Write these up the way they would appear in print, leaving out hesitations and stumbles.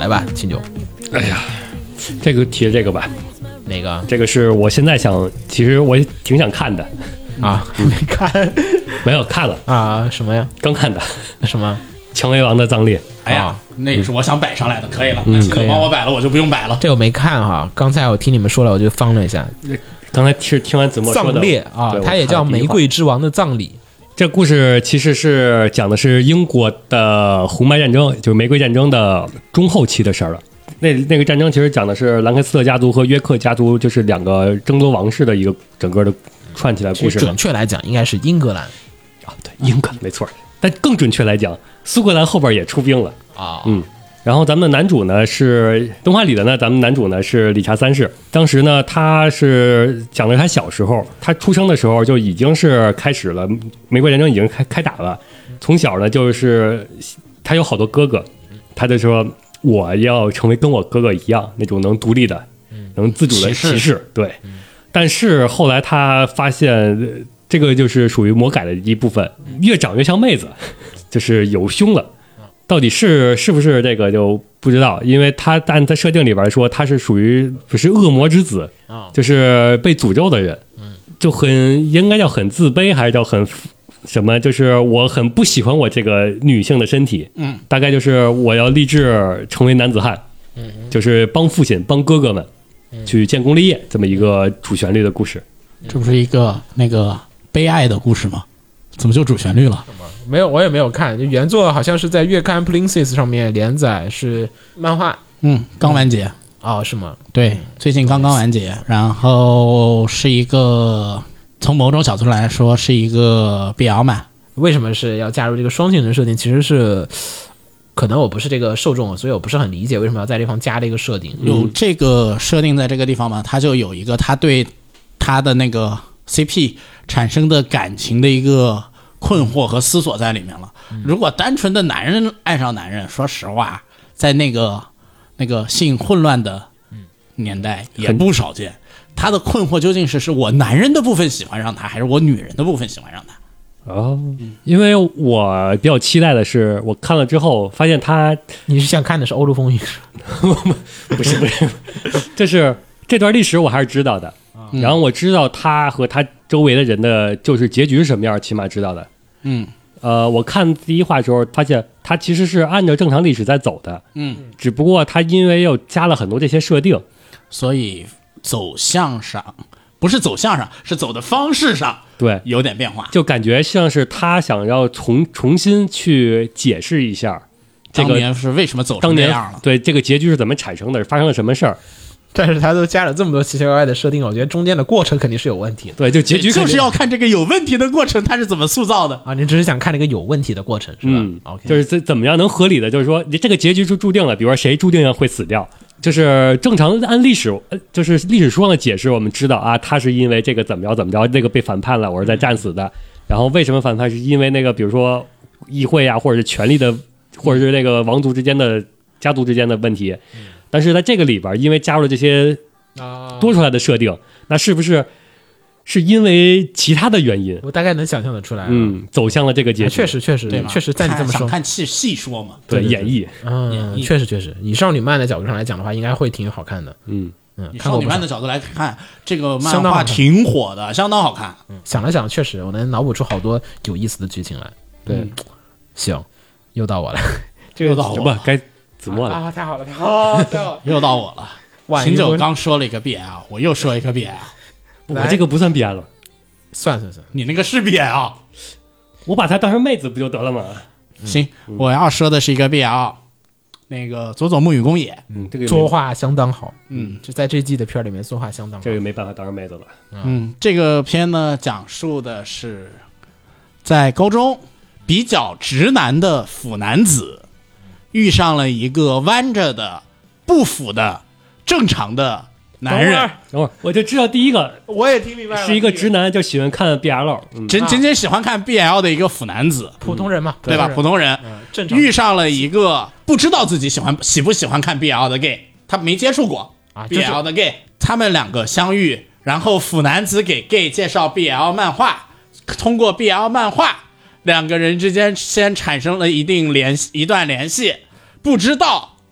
来吧，秦九。 哎呀，这个提的这个吧， 哪个？ 这个是我现在其实我挺想看的啊，没看， 没有看了啊？什么呀？ 刚看的什么？ 蔷薇王的葬列。 哎呀，那也是我想摆上来的，可以了。 可以帮我摆了，我就不用摆了。 这我没看哈，刚才我听你们说了，我就翻了一下。 刚才是听完子墨说的葬列啊，它也叫《玫瑰之王的葬礼》。 这故事其实是讲的是英国的红白战争，就是玫瑰战争的中后期的事儿了。那个战争其实讲的是兰开斯特家族和约克家族，就是两个争夺王室的一个整个的串起来故事。 准确来讲，应该是英格兰啊，对，英格兰没错。但更准确来讲，苏格兰后边也出兵了啊。 然后咱们的男主呢是动画里的呢，咱们男主呢是理查三世。当时呢，他是讲的他小时候，他出生的时候就已经是开始了玫瑰战争，已经开打了。从小呢，就是他有好多哥哥，他就说我要成为跟我哥哥一样那种能独立的、能自主的骑士。对，但是后来他发现这个就是属于魔改的一部分，越长越像妹子，就是有胸了。到底是不是这个就不知道，因为他按他设定里边说他是属于不是恶魔之子，就是被诅咒的人，就应该叫很自卑，还是叫很什么？就是我很不喜欢我这个女性的身体，大概就是我要立志成为男子汉，就是帮父亲帮哥哥们去建功立业，这么一个主旋律的故事。 这不是一个那个悲哀的故事吗？怎么就主旋律了？ 没有，我也没有看。原作好像是在月刊 Princess 上面连载，是漫画。 刚完结。 哦，是吗？ 对，最近刚完结。然后是一个从某种角度来说是一个 BL 漫。 为什么是要加入这个双性人设定？其实是可能我不是这个受众，所以我不是很理解为什么要在这地方加这个设定。 有这个设定在这个地方嘛，他就有一个他对他的那个 CP 产生的感情的一个困惑和思索在里面了。如果单纯的男人爱上男人，说实话，在那个性混乱的年代也不少见。他的困惑究竟是我男人的部分喜欢上他，还是我女人的部分喜欢上他？ 因为我比较期待的是，我看了之后发现你是想看的是欧洲风云？ 不是，就是这段历史我还是知道的。然后我知道他和他周围的人的就是结局是什么样，起码知道的。我看第一话的时候发现他其实是按照正常历史在走的。只不过他因为又加了很多这些设定， 所以走向上不是走向上，是走的方式上对有点变化， 就感觉像是他想要重新去解释一下这个当年是为什么走成这样了， 对这个结局是怎么产生的，发生了什么事儿。 但是他都加了这么多奇奇怪怪的设定，我觉得中间的过程肯定是有问题的。 对，就结局就是要看这个有问题的过程它是怎么塑造的啊！你只是想看那个有问题的过程是吧？OK， 就是怎么样能合理的，就是说你这个结局就注定了，比如说谁注定会死掉，就是正常按历史，就是历史书上的解释，我们知道啊，他是因为这个怎么着，那个被反叛了，我是在战死的。然后为什么反叛？是因为那个比如说议会啊，或者是权力的，或者是那个王族之间的、家族之间的问题。但是在这个里边，因为加入了这些多出来的设定，那是不是因为其他的原因？ 我大概能想象得出来。 走向了这个结局。 确实，在你这么说， 想看细说嘛？ 对，演绎。 确实，以少女漫的角度上来讲的话，应该会挺好看的。 以少女漫的角度来看，这个漫画挺火的，相当好看。 想了想，确实我能脑补出好多有意思的剧情来。对，行，又到我了。 这个到我了， 该子墨了啊！太好了， 又到我了。秦九刚说了一个 BL， 我又说一个 BL。 我这个不算 BL 了， 算， 你那个是 BL， 我把它当成妹子不就得了吗？ 行，我要说的是一个 BL， 那个佐佐木与宫野， 这个作画相当好，就在这季的片里面作画相当好， 这个没办法当成妹子了。 这个片呢讲述的是在高中比较直男的腐男子遇上了一个弯着的不腐的正常的男人。 等会儿我就知道第一个， 我也听明白了， 是一个直男就喜欢看 BL， 真喜欢看 BL 的一个腐男子， 普通人嘛， 对吧？普通人， 正常。 遇上了一个不知道自己喜不喜欢看 BL 的 gay， 他没接触过 BL 的 gay， 他们两个相遇，然后腐男子给 gay 介绍 BL 漫画，通过 BL 漫画，两个人之间先产生了一段联系，不知道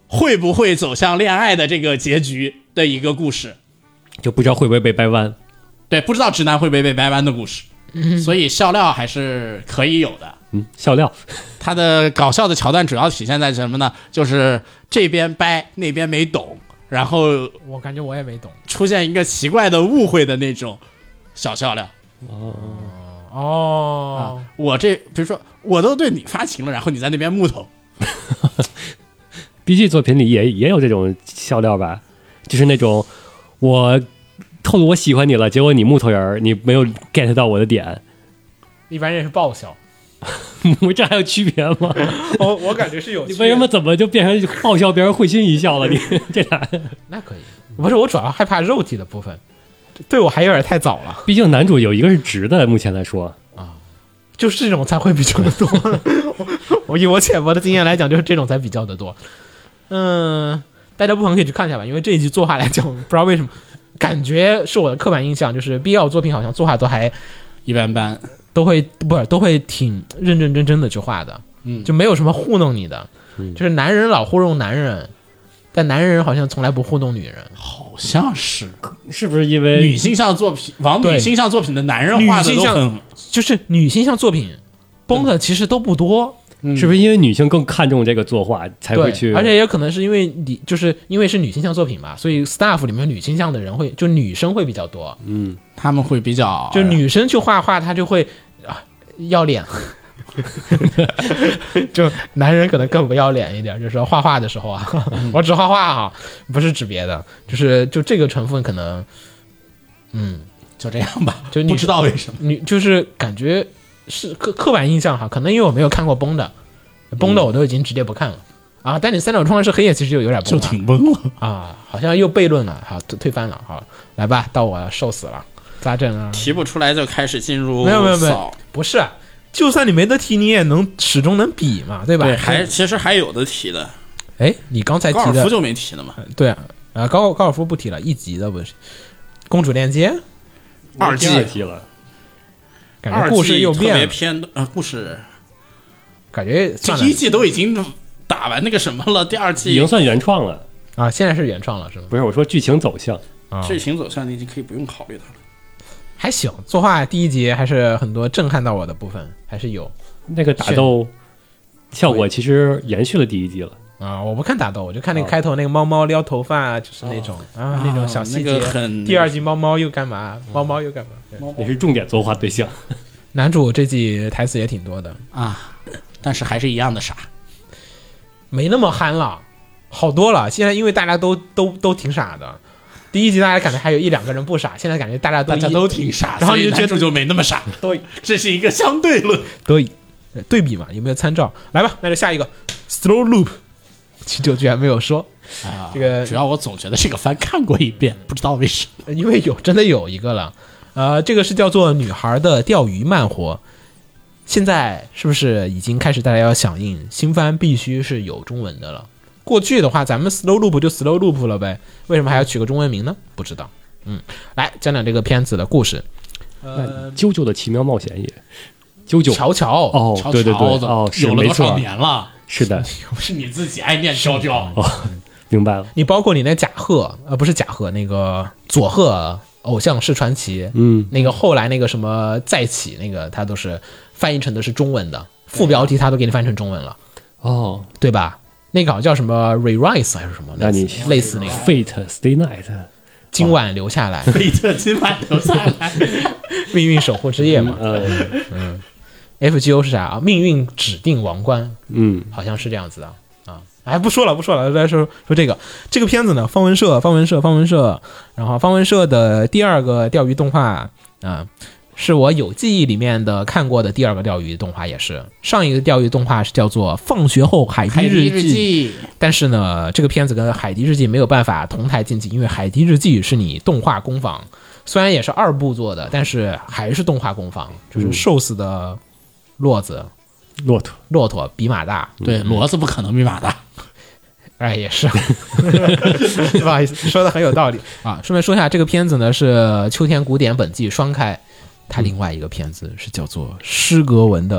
会不会走向恋爱的这个结局的一个故事。 就不知道会不会被掰弯。 对，不知道直男会不会被掰弯的故事。所以笑料还是可以有的。 笑料。 它的搞笑的桥段主要体现在什么呢？就是这边掰，那边没懂，然后我感觉我也没懂。 出现一个奇怪的误会的那种小笑料。我这比如说我都对你发情了，然后你在那边木头。 BG 作品里也有这种笑料吧，就是那种我透露我喜欢你了，结果你木头人，你没有 get 到我的点。 一般人是爆笑。 这还有区别吗？ 我感觉是有区别。 你为什么怎么就变成爆笑别人会心一笑了？你这俩那可以，不是我主要害怕肉体的部分，对我还有点太早了。 毕竟男主有一个是直的，目前来说就是这种才会比较的多。我以我浅薄的经验来讲，就是这种才比较的多。大家不妨可以去看一下吧，因为这一集作画来讲，不知道为什么感觉是我的刻板印象，就是 BL 作品好像作画都还一般般， 都会挺认认真真的去画的，就没有什么糊弄你的，就是男人老糊弄男人，但男人好像从来不糊弄女人， 好像是不是因为女性向作品往女性向作品的男人画的都很， 就是女性向作品崩的其实都不多。 是不是因为女性更看重这个作画才会去？ 而且也可能是因为就是因为是女性向作品嘛，所以 staff 里面女性向的人就女生会比较多。 他们会比较， 就女生去画画，她就会要脸。就男人可能更不要脸一点，就是说画画的时候啊，我只画画哈，不是指别的，就这个成分可能， 就这样吧， 就不知道为什么， 就是感觉是刻板印象哈，可能因为我没有看过崩的我都已经直接不看了啊。但你三角窗是黑夜，其实就有点崩了， 就挺崩了啊，好像又悖论了，好推翻了，好来吧，到我受死了，咋整啊？ 提不出来就开始进入没有，不是，就算你没得提，你也始终能比嘛，对吧？ 对，其实还有的提的。 哎，你刚才提的高尔夫就没提的嘛？ 对啊，高尔夫不提了，一集的不是。公主链接 2季提了。 感觉故事又变了， 特别偏故事， 感觉第1季都已经打完那个什么了，第2季已经算原创了啊，现在是原创了是吗？ 不是，我说剧情走向， 剧情走向你已经可以不用考虑它了， 还行。作画第1集还是很多震撼到我的部分，还是有那个打斗效果，其实延续了第1季了啊。我不看打斗，我就看那个开头那个猫撩头发，就是那种那种小细节。第2集猫又干嘛？猫又干嘛？ 也是重点作画对象。 男主这季台词也挺多的啊，但是还是一样的傻， 没那么憨了，好多了。现在因为大家都挺傻的，第1集大家感觉还有1-2个人不傻，现在感觉大家都挺傻， 然后你就觉得就没那么傻。这是一个相对论， 对比嘛，有没有参照？来吧，那就下一个 Slow Loop。9居然没有说这个， 主要我总觉得这个番看过一遍，不知道为什么， 因为真的有一个了。这个是叫做女孩的钓鱼慢活，现在是不是已经开始大家要响应新番必须是有中文的了？过去的话咱们 slow loop 就 slow loop 了呗，为什么还要取个中文名呢？不知道。来讲讲这个片子的故事。 啾啾的奇妙冒险也，啾啾乔对有了多少年了？ 是的， 不是你自己爱念乔乔明白了。 你包括你那甲贺不是甲贺，那个佐贺偶像是传奇，那个后来那个什么再起那个，它都是翻译成的是中文的，副标题它都给你翻成中文了，对吧？那个好像叫什么 Re-Rise 还是什么？ 那你类似那个 Fate Stay Night， 今晚留下来 ，Fate 今晚留下来， 命运守护之夜嘛。FGO 是啥啊？命运指定王冠，好像是这样子的啊。哎，不说了，来说这个片子呢，方文社，然后方文社的第2个钓鱼动画啊，是我有记忆里面的看过的第2个钓鱼动画，也是上一个钓鱼动画是叫做《放学后海底日记》，但是呢，这个片子跟《海底日记》没有办法同台竞技，因为《海底日记》是你动画工坊，虽然也是2部做的，但是还是动画工坊，就是瘦死的骆驼比马大， 对，骡子不可能比马大。 哎，也是，不好意思，说的很有道理啊。顺便说一下，这个片子呢是秋田古典本季双开，它另外一个片子是叫做施格文的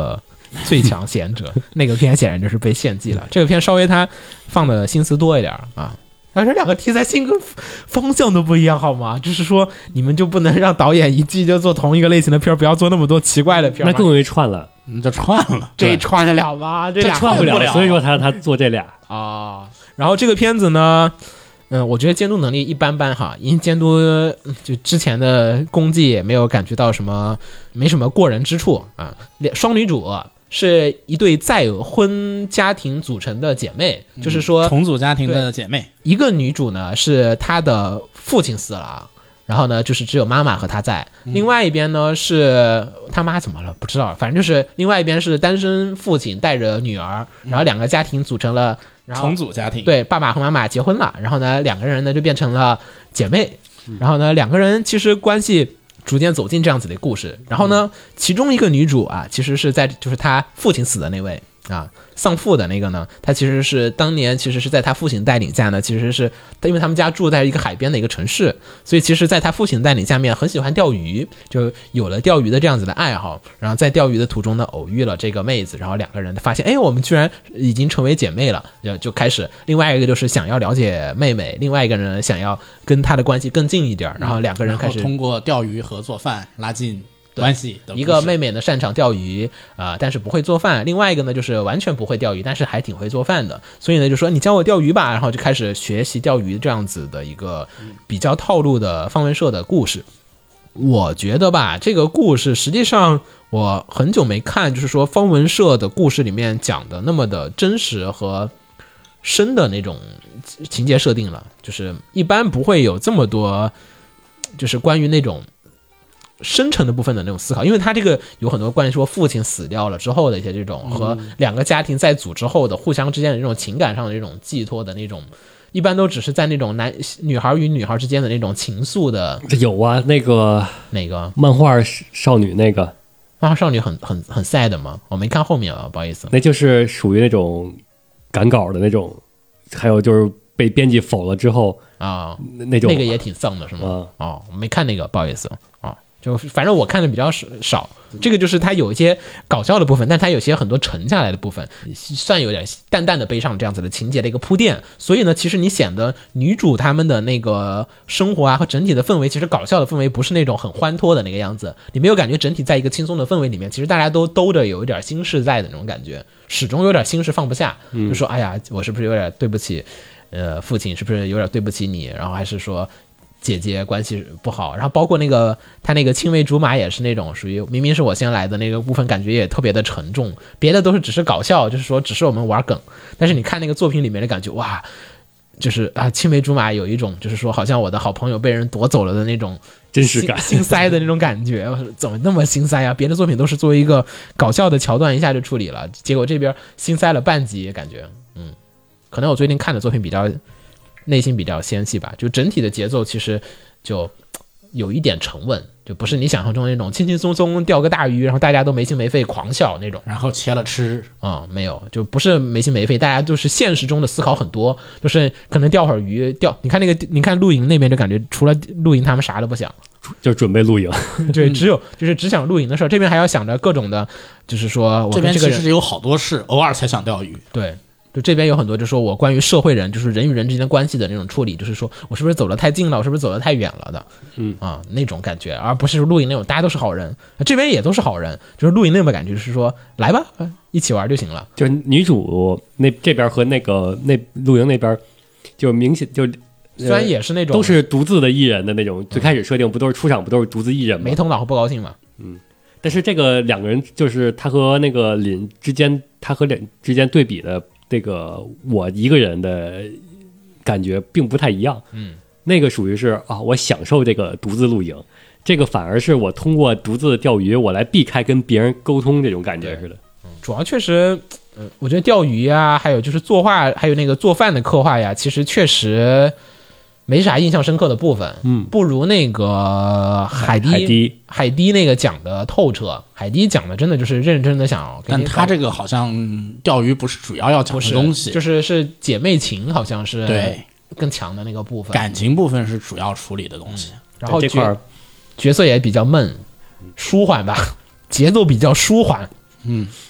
最强贤者，那个片显然就是被献祭了。这个片稍微他放的心思多一点啊。但是两个题材性格方向都不一样，好吗？就是说，你们就不能让导演一季就做同一个类型的片，不要做那么多奇怪的片。 那更容易串了， 就串了， 这串得了吗？这俩串不了，所以说他做这俩啊。然后这个片子呢，我觉得监督能力一般般哈，因为监督就之前的功绩也没有感觉到什么，没什么过人之处啊。双女主是一对再婚家庭组成的姐妹，就是说重组家庭的姐妹。 一个女主呢是她的父亲死了，然后呢就是只有妈妈和她在，另外一边呢是她妈怎么了不知道，反正就是另外一边是单身父亲带着女儿，然后两个家庭组成了重组家庭。 对，爸爸和妈妈结婚了，然后呢两个人呢就变成了姐妹，然后呢两个人其实关系逐渐走进这样子的故事。然后呢其中一个女主啊其实是在就是她父亲死的那位啊，丧父的那个呢，他其实是当年其实是在他父亲带领下呢，其实是因为他们家住在一个海边的一个城市，所以其实在他父亲带领下面很喜欢钓鱼，就有了钓鱼的这样子的爱好。然后在钓鱼的途中呢偶遇了这个妹子，然后两个人发现哎我们居然已经成为姐妹了，就开始另外一个就是想要了解妹妹，另外一个人想要跟她的关系更近一点，然后两个人开始通过钓鱼和做饭拉近关系的。 一个妹妹呢擅长钓鱼但是不会做饭，另外一个呢就是完全不会钓鱼，但是还挺会做饭的，所以呢就说你教我钓鱼吧，然后就开始学习钓鱼这样子的一个比较套路的方文社的故事。我觉得吧，这个故事实际上我很久没看，就是说方文社的故事里面讲的那么的真实和深的那种情节设定了，就是一般不会有这么多就是关于那种深层的部分的那种思考，因为他这个有很多关于说父亲死掉了之后的一些这种和两个家庭再组之后的互相之间的这种情感上的这种寄托的那种，一般都只是在那种女孩与女孩之间的那种情愫的。 有啊，那个哪个漫画少女那个漫画少女很 sad 吗？我没看后面啊，不好意思。 那就是属于那种赶稿的那种，还有就是被编辑否了之后啊， 那种那个也挺丧的是吗？哦，我没看那个，不好意思啊。就反正我看的比较少，这个就是它有一些搞笑的部分，但它有些很多沉下来的部分，算有点淡淡的悲伤这样子的情节的一个铺垫。所以呢，其实你显得女主他们的那个生活啊和整体的氛围，其实搞笑的氛围不是那种很欢脱的那个样子，你没有感觉整体在一个轻松的氛围里面，其实大家都兜着有一点心事在的那种感觉，始终有点心事放不下，就说哎呀，我是不是有点对不起父亲，是不是有点对不起你，然后还是说姐姐关系不好，然后包括那个他那个青梅竹马也是那种属于明明是我先来的那个部分，感觉也特别的沉重，别的都是只是搞笑，就是说只是我们玩梗，但是你看那个作品里面的感觉，哇，就是啊青梅竹马有一种就是说好像我的好朋友被人夺走了的那种真实感， 心塞的那种感觉，怎么那么心塞啊？别的作品都是作为一个搞笑的桥段一下就处理了，结果这边心塞了半集，感觉可能我最近看的作品比较内心比较纤细吧，就整体的节奏其实就有一点沉稳，就不是你想象中那种轻轻松松钓个大鱼，然后大家都没心没肺狂笑那种， 然后切了吃没有，就不是没心没肺，大家就是现实中的思考很多，就是可能钓会儿鱼你看露营那边就感觉除了露营他们啥都不想， 就准备露营对，只想露营的事儿，这边还要想着各种的，就是说我这边其实有好多事，偶尔才想钓鱼， 对。就这边有很多，就是说我关于社会人，就是人与人之间的关系的那种处理，就是说我是不是走得太近了，我是不是走得太远了的，那种感觉，而不是露营那种大家都是好人，这边也都是好人，就是露营那种感觉，就是说来吧，一起玩就行了。 就是女主这边和那露营那边，就明显就虽然也是那种都是独自的艺人的那种，最开始设定不都是出场不都是独自艺人吗？ 没头脑和不高兴嘛。 但是这个两个人就是他和那个林之间，他和林之间对比的。这个我一个人的感觉并不太一样，那个属于是我享受这个独自露营，这个反而是我通过独自钓鱼，我来避开跟别人沟通这种感觉似的。 主要确实，我觉得钓鱼啊，还有就是作画，还有那个做饭的刻画呀，其实确实没啥印象深刻的部分，不如那个海堤那个讲的透彻，海堤讲的真的就是认真的想， 但他这个好像钓鱼不是主要讲的东西， 就是姐妹情，好像是对更强的那个部分， 感情部分是主要处理的东西， 然后这块角色也比较闷，舒缓吧，节奏比较舒缓，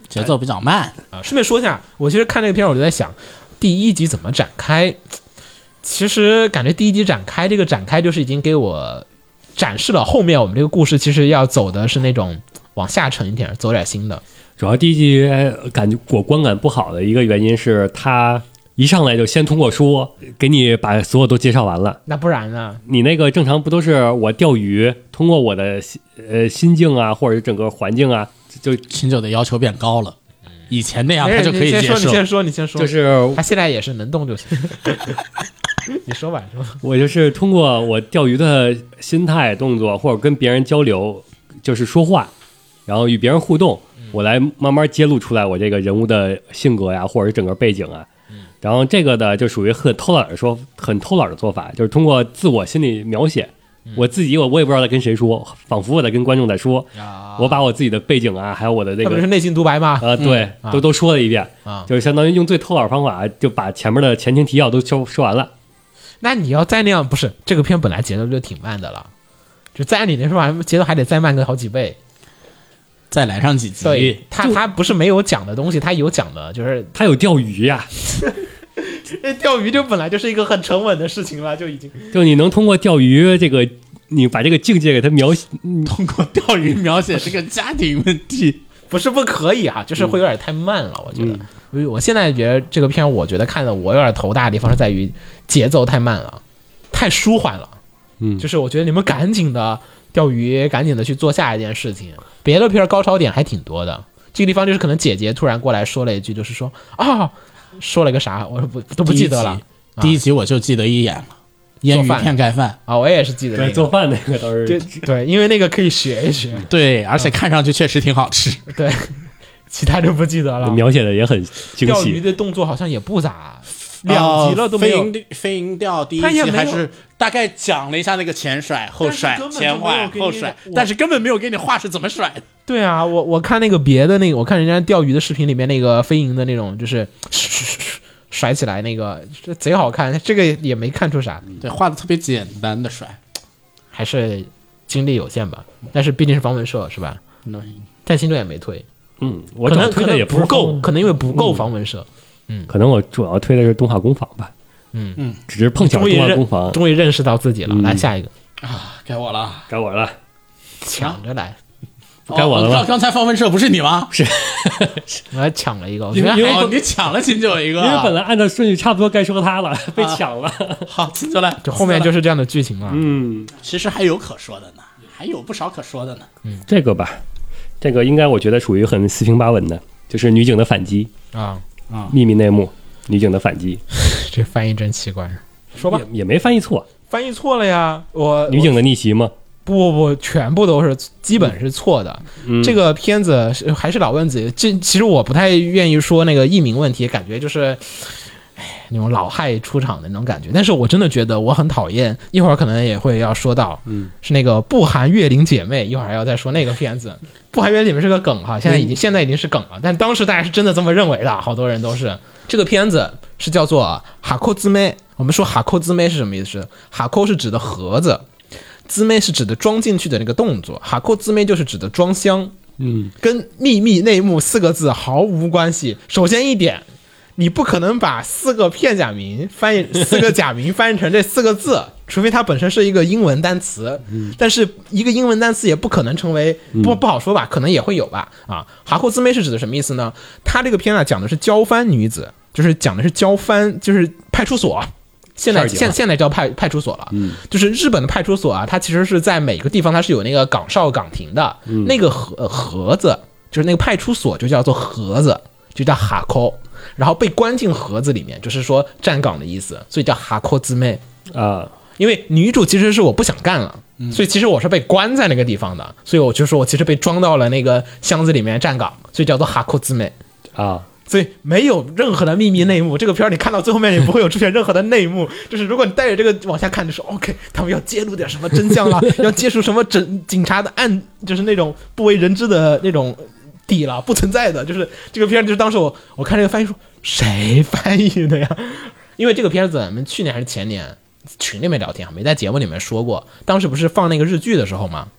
节奏比较慢啊。顺便说一下，我其实看这个片儿，我就在想，第一集怎么展开？其实感觉第一集展开就是已经给我展示了后面我们这个故事其实要走的是那种往下沉一点，走点新的。 主要第一集感觉我观感不好的一个原因是他一上来就先通过说给你把所有都介绍完了。 那不然呢？ 你那个正常不都是我钓鱼，通过我的心境啊，或者整个环境啊，就秦九的要求变高了。以前那样他就可以接受。 你先说。 就是他现在也是能动就行。你说吧。 我就是通过我钓鱼的心态、动作，或者跟别人交流，就是说话，然后与别人互动，我来慢慢揭露出来我这个人物的性格呀，或者是整个背景啊。然后这个呢，就属于很偷懒的做法，就是通过自我心理描写。我自己我也不知道在跟谁说，仿佛我在跟观众在说，我把我自己的背景啊，还有我的这个， 特别是内心独白嘛， 对，都说了一遍，就是相当于用最偷懒方法，就把前面的前情提要都说完了。 那你要再那样，不是这个片本来节奏就挺慢的了，就再按你那说法，节奏还得再慢个好几倍， 再来上几集。 对，他不是没有讲的东西，他有讲的，就是他有钓鱼呀。 钓鱼就本来就是一个很沉稳的事情了，就已经就你能通过钓鱼这个，你把这个境界给他描写， 通过钓鱼描写是个家庭问题， 不是不可以啊，就是会有点太慢了，我觉得。我现在觉得这个片，我觉得看的我有点头大的地方是在于节奏太慢了，太舒缓了。就是我觉得你们赶紧的钓鱼，赶紧的去做下一件事情。别的片高潮点还挺多的，这个地方就是可能姐姐突然过来说了一句，就是说啊。说了个啥？我都不记得了。 第一集我就记得一眼了，腌鱼片盖饭啊，我也是记得、那个。 做饭那个倒是对，因为那个可以学一学。 对，而且看上去确实挺好吃。 对，其他就不记得了。 描写的也很精细。 钓鱼的动作好像也不咋，2集了都没有。 飞鹰钓第一集还是大概讲了一下那个前甩、后甩、前换、后甩，但是根本没有给你画是怎么甩的。 对啊，我看那个别的那个，我看人家钓鱼的视频里面那个飞鹰的那种，就是甩起来那个，这贼好看。这个也没看出啥， 对，画的特别简单的甩， 还是精力有限吧。但是毕竟是方文社是吧？但新洲也没推， 我推的也不够，可能因为不够方文社。 可能我主要推的是动画工坊吧。只是碰巧动画工坊， 终于认识到自己了。来下一个啊，该我了， 抢着来。 该我了吧？ 刚才方文社不是你吗？ 是， 我还抢了一个，我觉得你抢了秦九一个， 因为本来按照顺序差不多该说他了，被抢了。 好，秦九来， 就后面就是这样的剧情了。 其实还有可说的呢，还有不少可说的呢。 这个吧，这个应该我觉得属于很四平八稳的，就是女警的反击秘密内幕，女警的反击。 这翻译真奇怪，说吧， 也没翻译错， 翻译错了呀。 女警的逆袭吗？ 不，全部都是基本是错的。这个片子还是老问题，其实我不太愿意说那个译名问题，感觉就是那种老害出场的那种感觉。但是我真的觉得我很讨厌，一会儿可能也会要说到，是那个不寒月龄姐妹，一会儿还要再说那个片子。不寒月龄姐妹是个梗哈，现在已经是梗了，但当时大家是真的这么认为的，好多人都是。这个片子是叫做哈扣滋妹，我们说哈扣滋妹是什么意思？哈扣是指的盒子。滋妹是指的装进去的那个动作，哈扣滋妹就是指的装箱，跟秘密内幕4个字毫无关系。首先一点，你不可能把4个片假名4个假名翻译成这4个字，除非它本身是一个英文单词，但是一个英文单词也不可能成为不好说吧，可能也会有吧。哈扣滋妹是指的什么意思呢？它这个片讲的是交番女子，就是讲的是交番，就是派出所。现在叫派出所了，就是日本的派出所啊，它其实是在每个地方它是有那个岗哨岗亭的，那个盒子就是那个派出所就叫做盒子，就叫哈扣，然后被关进盒子里面，就是说站岗的意思，所以叫哈扣滋妹啊。因为女主其实是我不想干了，所以其实我是被关在那个地方的，所以我就说我其实被装到了那个箱子里面站岗，所以叫做哈扣滋妹啊。所以没有任何的秘密内幕，这个片儿你看到最后面也不会有出现任何的内幕，就是如果你带着这个往下看，就说 OK， 他们要揭露点什么真相了，要揭出什么警察的案，就是那种不为人知的那种底了，不存在的。就是这个片儿，就是当时我看这个翻译说谁翻译的呀？因为这个片子我们去年还是前年群里面聊天，没在节目里面说过，当时不是放那个日剧的时候吗？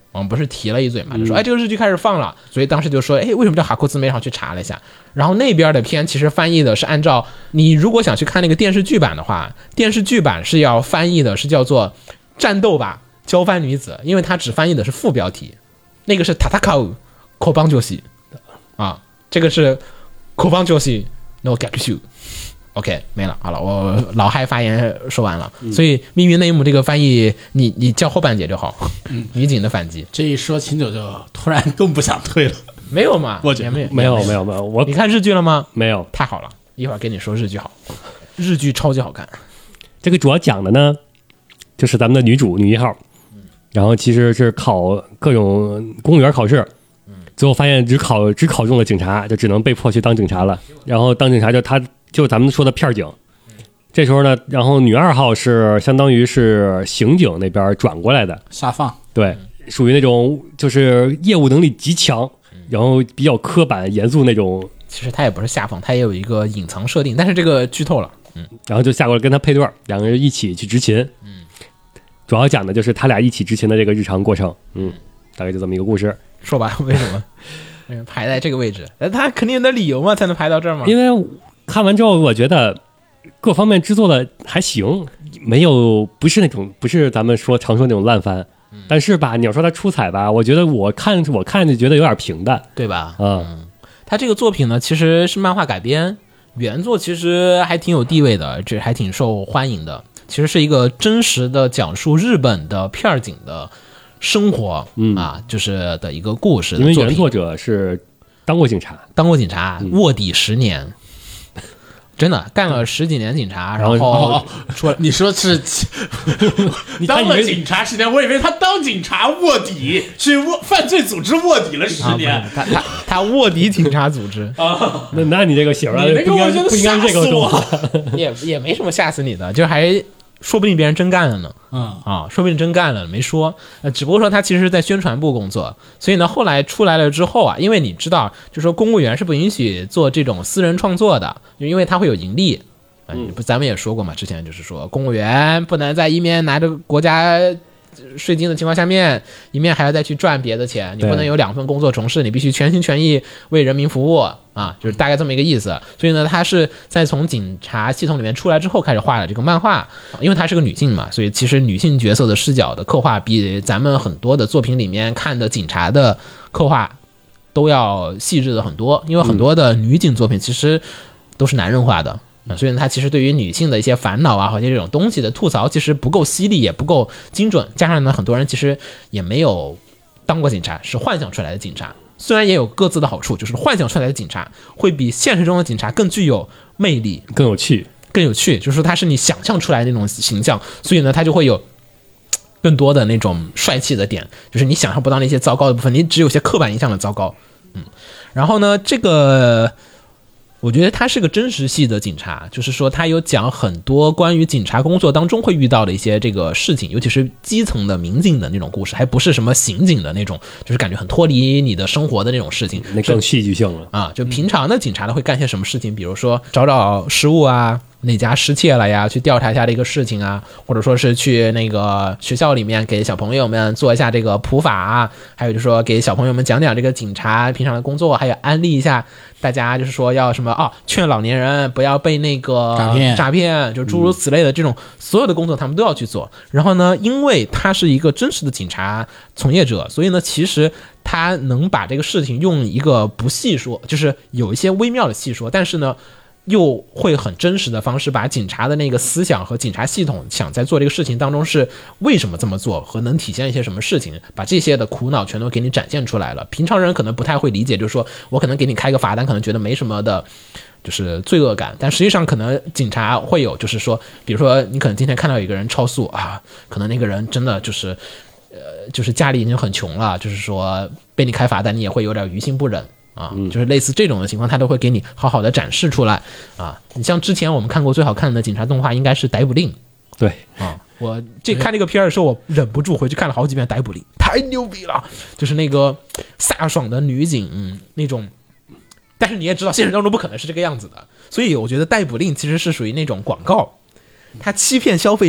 我们不是提了一嘴嘛，就说哎这个日剧开始放了，所以当时就说哎为什么叫哈库兹梅，上去查了一下，然后那边的片其实翻译的是按照你如果想去看那个电视剧版的话，电视剧版是要翻译的是叫做战斗吧交番女子，因为它只翻译的是副标题，那个是塔塔卡乌口邦救西啊，这个是口邦救西 no gakushu。OK， 没了，好了，我老嗨发言说完了，所以命运内幕这个翻译，你叫后半截就好。女警的反击， 这一说秦九就突然更不想退了。 没有嘛？ 我觉得没有，我你看日剧了吗？ 没有， 太好了，一会儿跟你说日剧好，日剧超级好看。 这个主要讲的呢，就是咱们的女主女一号，然后其实是考各种公务员考试。最后发现只考中了警察，就只能被迫去当警察了。然后当警察就咱们说的片警。这时候呢，然后女2号是相当于是刑警那边转过来的下放， 对，属于那种就是业务能力极强，然后比较刻板严肃那种。 其实他也不是下放，他也有一个隐藏设定，但是这个剧透了。 然后就下过来跟他配对，两个人一起去执勤。主要讲的就是他俩一起执勤的这个日常过程。大概就这么一个故事。 说吧，为什么排在这个位置？他肯定有点理由嘛，才能排到这儿嘛。 因为看完之后，我觉得各方面制作的还行，不是咱们常说那种烂番。但是吧，你要说它出彩吧，我觉得我看就觉得有点平淡， 对吧？他这个作品呢，其实是漫画改编，原作其实还挺有地位的，这还挺受欢迎的。其实是一个真实的讲述日本的片警的生活就是的一个故事的作品。 因为原作者是当过警察， 卧底10年，真的干了10几年警察，然后说你说是当了警察10年，我以为他当警察卧底，去犯罪组织卧底了10年。 他卧底警察组织啊，那你这个写出来不应该这个动画， 也没什么吓死你的，就还。说不定别人真干了呢，说不定真干了没说，只不过说他其实是在宣传部工作，所以呢后来出来了之后啊，因为你知道，就说公务员是不允许做这种私人创作的，因为他会有盈利，咱们也说过嘛，之前就是说公务员不能在一面拿着国家税金的情况下面，一面还要再去赚别的钱，你不能有2份工作从事，你必须全心全意为人民服务啊，就是大概这么一个意思。所以呢，他是在从警察系统里面出来之后开始画了这个漫画，因为她是个女性嘛，所以其实女性角色的视角的刻画比咱们很多的作品里面看的警察的刻画都要细致的很多，因为很多的女警作品其实都是男人化的。所以他其实对于女性的一些烦恼啊，或者这种东西的吐槽，其实不够犀利，也不够精准。加上呢，很多人其实也没有当过警察，是幻想出来的警察。虽然也有各自的好处，就是幻想出来的警察会比现实中的警察更具有魅力、 更有趣。 就是说他是你想象出来的那种形象，所以呢，他就会有更多的那种帅气的点，就是你想象不到那些糟糕的部分，你只有些刻板印象的糟糕。然后呢，这个。我觉得他是个真实系的警察，就是说他有讲很多关于警察工作当中会遇到的一些这个事情，尤其是基层的民警的那种故事，还不是什么刑警的那种，就是感觉很脱离你的生活的那种事情， 那更戏剧性了啊！就平常的警察呢会干些什么事情，比如说找失误啊，哪家失窃了呀，去调查一下这个事情啊，或者说是去那个学校里面给小朋友们做一下这个普法啊，还有就是说给小朋友们讲讲这个警察平常的工作，还有安利一下大家，就是说要什么劝老年人不要被那个诈骗，就诸如此类的这种所有的工作他们都要去做。然后呢，因为他是一个真实的警察从业者，所以呢其实他能把这个事情用一个不细说，就是有一些微妙的细说，但是呢又会很真实的方式把警察的那个思想和警察系统想在做这个事情当中是为什么这么做和能体现一些什么事情，把这些的苦恼全都给你展现出来了。平常人可能不太会理解，就是说我可能给你开个罚单，可能觉得没什么的就是罪恶感，但实际上可能警察会有，就是说比如说你可能今天看到有一个人超速啊，可能那个人真的就是家里已经很穷了，就是说被你开罚单你也会有点于心不忍啊，就是类似这种的情况，他都会给你好好的展示出来啊。你像之前我们看过最好看的警察动画，应该是《逮捕令》。 对啊，我看这个片的时候，我忍不住回去看了好几遍《逮捕令》，太牛逼了！就是那个飒爽的女警，那种，但是你也知道现实当中不可能是这个样子的，所以我觉得《逮捕令》其实是属于那种广告，它欺骗消费者，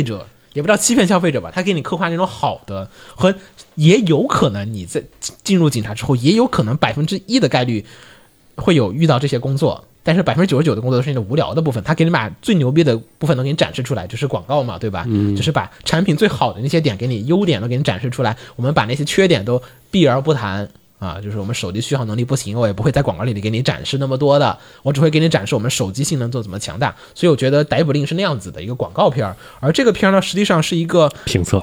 也不知道欺骗消费者吧，他给你刻画那种好的，和也有可能你在进入警察之后，也有可能1%的概率会有遇到这些工作，但是99%的工作都是那种无聊的部分，他给你把最牛逼的部分都给你展示出来，就是广告嘛，对吧？就是把产品最好的那些点给你，优点都给你展示出来，我们把那些缺点都避而不谈。啊，就是我们手机续航能力不行，我也不会在广告里给你展示那么多的，我只会给你展示我们手机性能做怎么强大。所以我觉得逮捕令是那样子的一个广告片，而这个片呢，实际上是一个评测，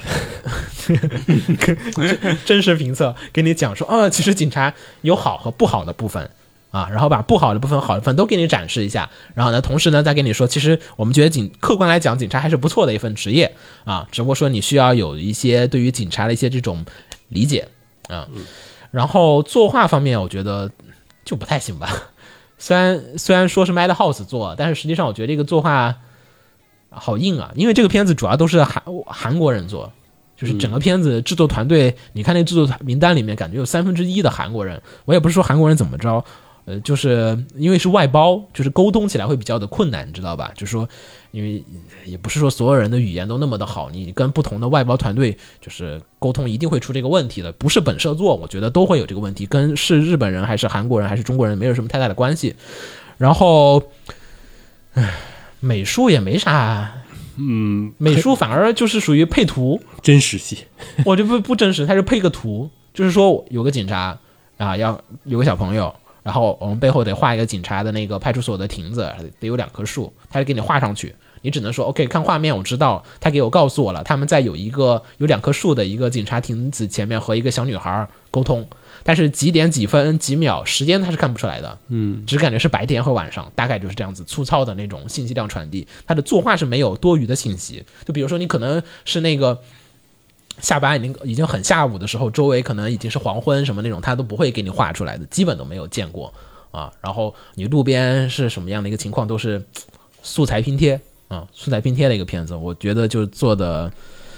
真实评测，给你讲说，其实警察有好和不好的部分啊，然后把不好的部分、好的部分都给你展示一下，然后呢，同时呢，再跟你说，其实我们觉得客观来讲，警察还是不错的一份职业啊，只不过说你需要有一些对于警察的一些这种理解啊。然后作画方面，我觉得就不太行吧。虽然说是 Madhouse 做，但是实际上我觉得这个作画好硬啊，因为这个片子主要都是韩国人做，就是整个片子制作团队，你看那制作名单里面，感觉有1/3的韩国人。我也不是说韩国人怎么着，就是因为是外包，就是沟通起来会比较的困难，你知道吧？就是说，因为也不是说所有人的语言都那么的好，你跟不同的外包团队就是沟通一定会出这个问题的，不是本社做，我觉得都会有这个问题，跟是日本人还是韩国人还是中国人没有什么太大的关系。然后，美术也没啥，美术反而就是属于配图， 真实戏， 我就不真实，它是配个图，就是说有个警察啊，要有个小朋友。然后我们背后得画一个警察的那个派出所的亭子，得有2棵树，他就给你画上去。你只能说 OK， 看画面我知道，他给我告诉我了，他们在有2棵树的一个警察亭子前面和一个小女孩沟通，但是几点几分几秒时间他是看不出来的，只感觉是白天和晚上，大概就是这样子粗糙的那种信息量传递。他的作画是没有多余的信息，就比如说你可能是那个。下班已经很下午的时候，周围可能已经是黄昏什么那种，他都不会给你画出来的，基本都没有见过啊。然后你路边是什么样的一个情况，都是素材拼贴啊，素材拼贴的一个片子，我觉得就做的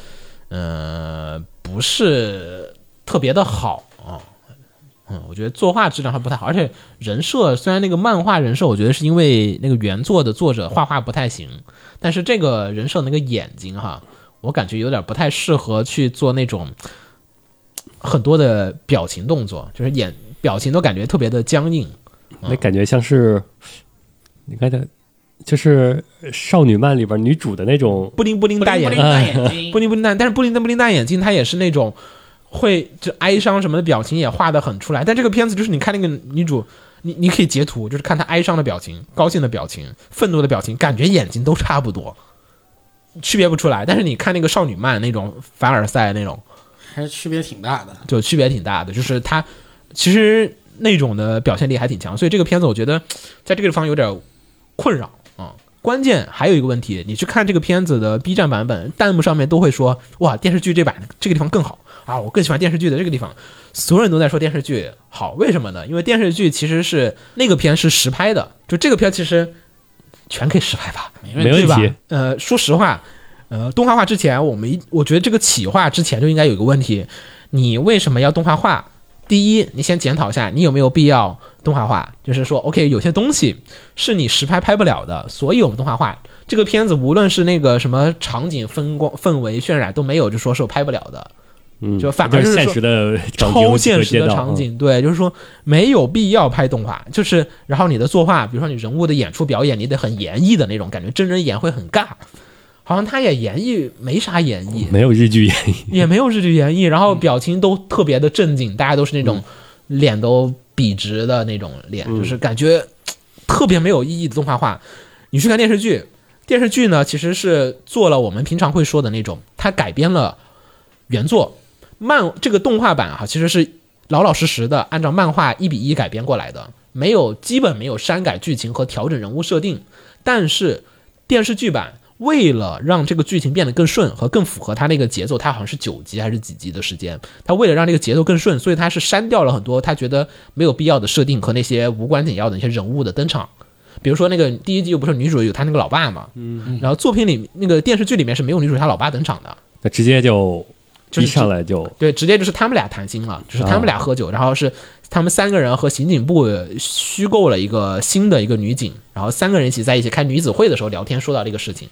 不是特别的好啊。我觉得作画质量还不太好，而且人设虽然那个漫画人设，我觉得是因为那个原作的作者画不太行，但是这个人设那个眼睛哈。我感觉有点不太适合去做那种很多的表情动作，就是表情都感觉特别的僵硬， 那感觉像是你看的，就是少女漫里边女主的那种布灵布灵大眼睛，布灵布灵大，但是布灵布灵大眼睛，它也是那种会就哀伤什么的表情也画得很出来。但这个片子就是你看那个女主，你可以截图，就是看她哀伤的表情、高兴的表情、愤怒的表情，感觉眼睛都差不多。区别不出来，但是你看那个少女漫那种凡尔赛那种， 还是区别挺大的， 就区别挺大的，就是它其实那种的表现力还挺强，所以这个片子我觉得在这个地方有点困扰啊。关键还有一个问题，你去看这个片子的 B 站版本，弹幕上面都会说哇，电视剧这版这个地方更好啊，我更喜欢电视剧的这个地方，所有人都在说电视剧好，为什么呢？因为电视剧其实是那个片是实拍的，就这个片其实。全可以实拍吧， 没问题。 说实话，动画化之前，我觉得这个企划之前就应该有一个问题，你为什么要动画化？第一，你先检讨一下，你有没有必要动画化？就是说 ，OK， 有些东西是你实拍拍不了的，所以我们动画化。这个片子无论是那个什么场景、氛围、渲染都没有，就说是我拍不了的。就反而是现实的超现实的场景，对，就是说没有必要拍动画，就是然后你的作画，比如说你人物的演出表演，你得很演绎的那种感觉，真人演会很尬，好像他也演绎没啥演绎， 没有日剧演绎， 也没有日剧演绎，然后表情都特别的正经，大家都是那种脸都笔直的那种脸，就是感觉特别没有意义的动画化。你去看电视剧呢，其实是做了我们平常会说的那种，它改编了原作。这个动画版啊，其实是老老实实的按照漫画1:1改编过来的，基本没有删改剧情和调整人物设定。但是电视剧版为了让这个剧情变得更顺和更符合它那个节奏，它好像是9集还是几集的时间，它为了让这个节奏更顺，所以它是删掉了很多他觉得没有必要的设定和那些无关紧要的那些人物的登场。比如说那个第1集又不是女主有她那个老爸嘛，然后作品里那个电视剧里面是没有女主她老爸登场的， 那直接就一上来就对，直接就是他们俩谈心了，就是他们俩喝酒，然后是他们3个人和刑警部虚构了一个新的一个女警，然后3个人一起在一起开女子会的时候聊天，说到这个事情，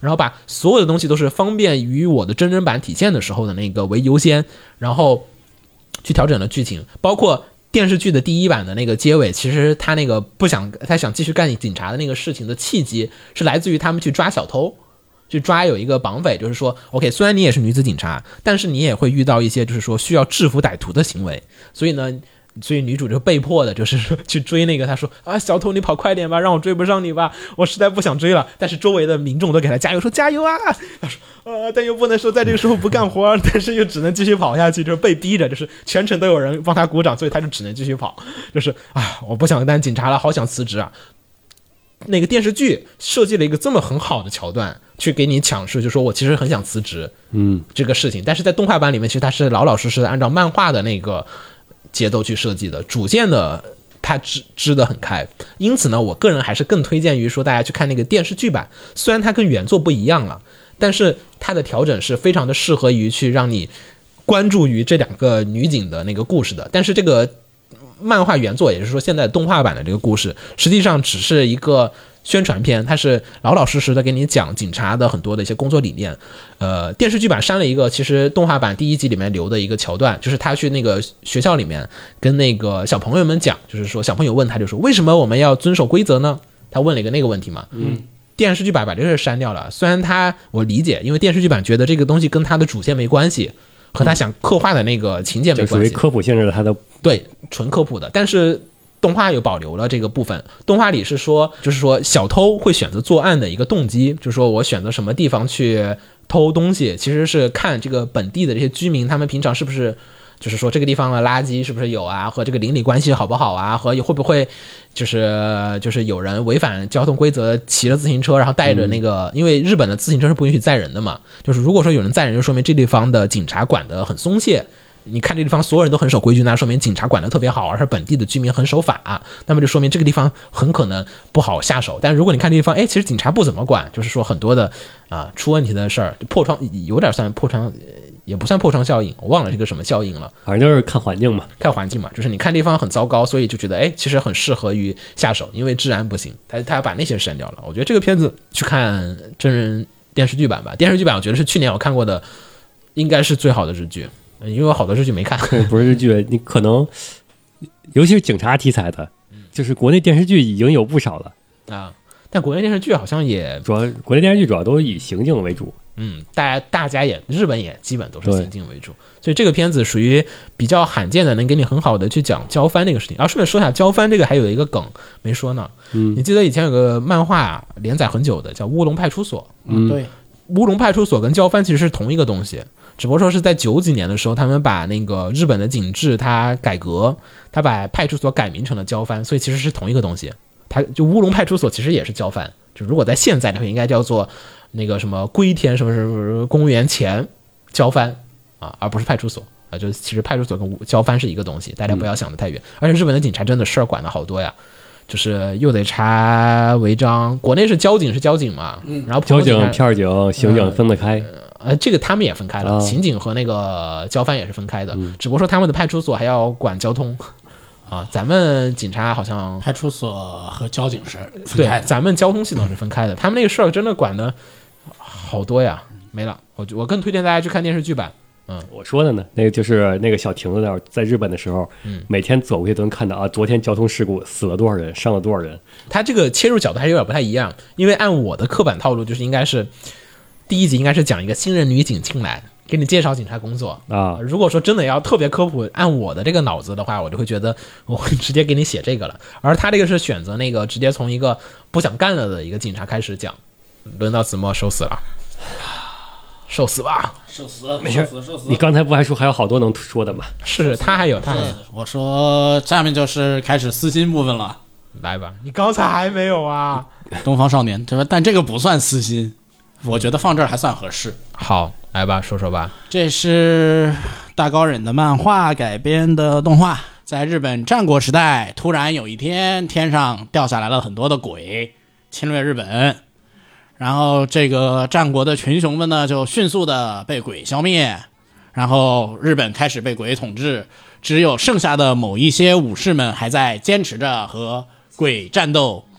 然后把所有的东西都是方便于我的真人版体现的时候的那个为优先，然后去调整了剧情，包括电视剧的第一版的那个结尾，其实他那个他想继续干警察的那个事情的契机是来自于他们去抓小偷。去抓有一个绑匪，就是说 OK， 虽然你也是女子警察，但是你也会遇到一些就是说需要制服歹徒的行为，所以女主就被迫的就是说去追那个，他说啊，小偷你跑快点吧，让我追不上你吧，我实在不想追了。但是周围的民众都给他加油，说加油啊，他说但又不能说在这个时候不干活，但是又只能继续跑下去，就是被逼着，就是全程都有人帮他鼓掌，所以他就只能继续跑，就是我不想当警察了，好想辞职啊。那个电视剧设计了一个这么很好的桥段，去给你阐释，就说我其实很想辞职，这个事情。但是在动画版里面，其实它是老老实实的按照漫画的那个节奏去设计的，主线的它支得很开。因此呢，我个人还是更推荐于说大家去看那个电视剧版，虽然它跟原作不一样了，但是它的调整是非常的适合于去让你关注于这两个女警的那个故事的。但是这个漫画原作，也就是说现在动画版的这个故事，实际上只是一个宣传片，它是老老实实的给你讲警察的很多的一些工作理念。电视剧版删了一个其实动画版第一集里面留的一个桥段，就是他去那个学校里面跟那个小朋友们讲，就是说小朋友问他，就说为什么我们要遵守规则呢？他问了一个那个问题嘛。电视剧版把这个删掉了，虽然我理解，因为电视剧版觉得这个东西跟他的主线没关系，和他想刻画的那个情节没关系， 就属于科普性质的，他的对纯科普的。但是动画有保留了这个部分，动画里是说，就是说小偷会选择作案的一个动机，就是说我选择什么地方去偷东西，其实是看这个本地的这些居民他们平常是不是，就是说这个地方的垃圾是不是有啊，和这个邻里关系好不好啊，和会不会就是有人违反交通规则骑着自行车，然后带着那个，因为日本的自行车是不允许载人的嘛，就是如果说有人载人，就说明这地方的警察管得很松懈。你看这地方所有人都很守规矩，那说明警察管得特别好，而是本地的居民很守法，那么就说明这个地方很可能不好下手。但如果你看这地方，其实警察不怎么管，就是说很多的出问题的事儿，破窗有点算破窗，也不算破窗效应，我忘了这个什么效应了， 反正就是看环境嘛， 就是你看地方很糟糕，所以就觉得其实很适合于下手，因为治安不行，他把那些删掉了。我觉得这个片子去看真人电视剧版吧，电视剧版我觉得是去年我看过的应该是最好的日剧。因为我好多日剧没看， 不是日剧，你可能尤其是警察题材的，就是国内电视剧已经有不少了啊。但国内电视剧好像也国内电视剧主要都以刑警为主， 大家也日本也基本都是刑警为主，所以这个片子属于比较罕见的，能给你很好的去讲交番这个事情。顺便说一下，交番这个还有一个梗没说呢，你记得以前有个漫画连载很久的叫《乌龙派出所》， 对， 乌龙派出所跟交番其实是同一个东西。只不过说是在90几年的时候，他们把那个日本的警制它改革，他把派出所改名成了交番，所以其实是同一个东西。它就乌龙派出所其实也是交番，就如果在现在的话，应该叫做那个什么龟田什么什么公园前交番而不是派出所就其实派出所跟交番是一个东西，大家不要想得太远。而且日本的警察真的事儿管的好多呀。就是又得查违章，国内是交警嘛，然后交警、片警、刑警分得开。 这个他们也分开了，刑警和那个交番也是分开的，只不过说他们的派出所还要管交通咱们警察好像派出所和交警是分开的， 对，咱们交通系统是分开的，他们那个事儿真的管的好多呀。没了，我更推荐大家去看电视剧版。 我说的呢，那个就是那个小亭子那儿，在日本的时候，每天走过去都能看到昨天交通事故死了多少人，伤了多少人。他这个切入角度还有点不太一样，因为按我的刻板套路，就是应该是第一集应该是讲一个新人女警进来，给你介绍警察工作如果说真的要特别科普，按我的这个脑子的话，我就会觉得我会直接给你写这个了。而他这个是选择那个直接从一个不想干了的一个警察开始讲，轮到子墨受死了。受死吧， 受死了， 没事，你刚才不还说还有好多能说的吗？ 是他还有， 我说下面就是开始私心部分了， 来吧，你刚才还没有啊？ 东方少年，但这个不算私心，我觉得放这儿还算合适。 好，来吧，说说吧。 这是大高忍的漫画改编的动画，在日本战国时代，突然有一天天上掉下来了很多的鬼，侵略日本。然后这个战国的群雄们呢，就迅速的被鬼消灭，然后日本开始被鬼统治，只有剩下的某一些武士们还在坚持着和鬼战斗。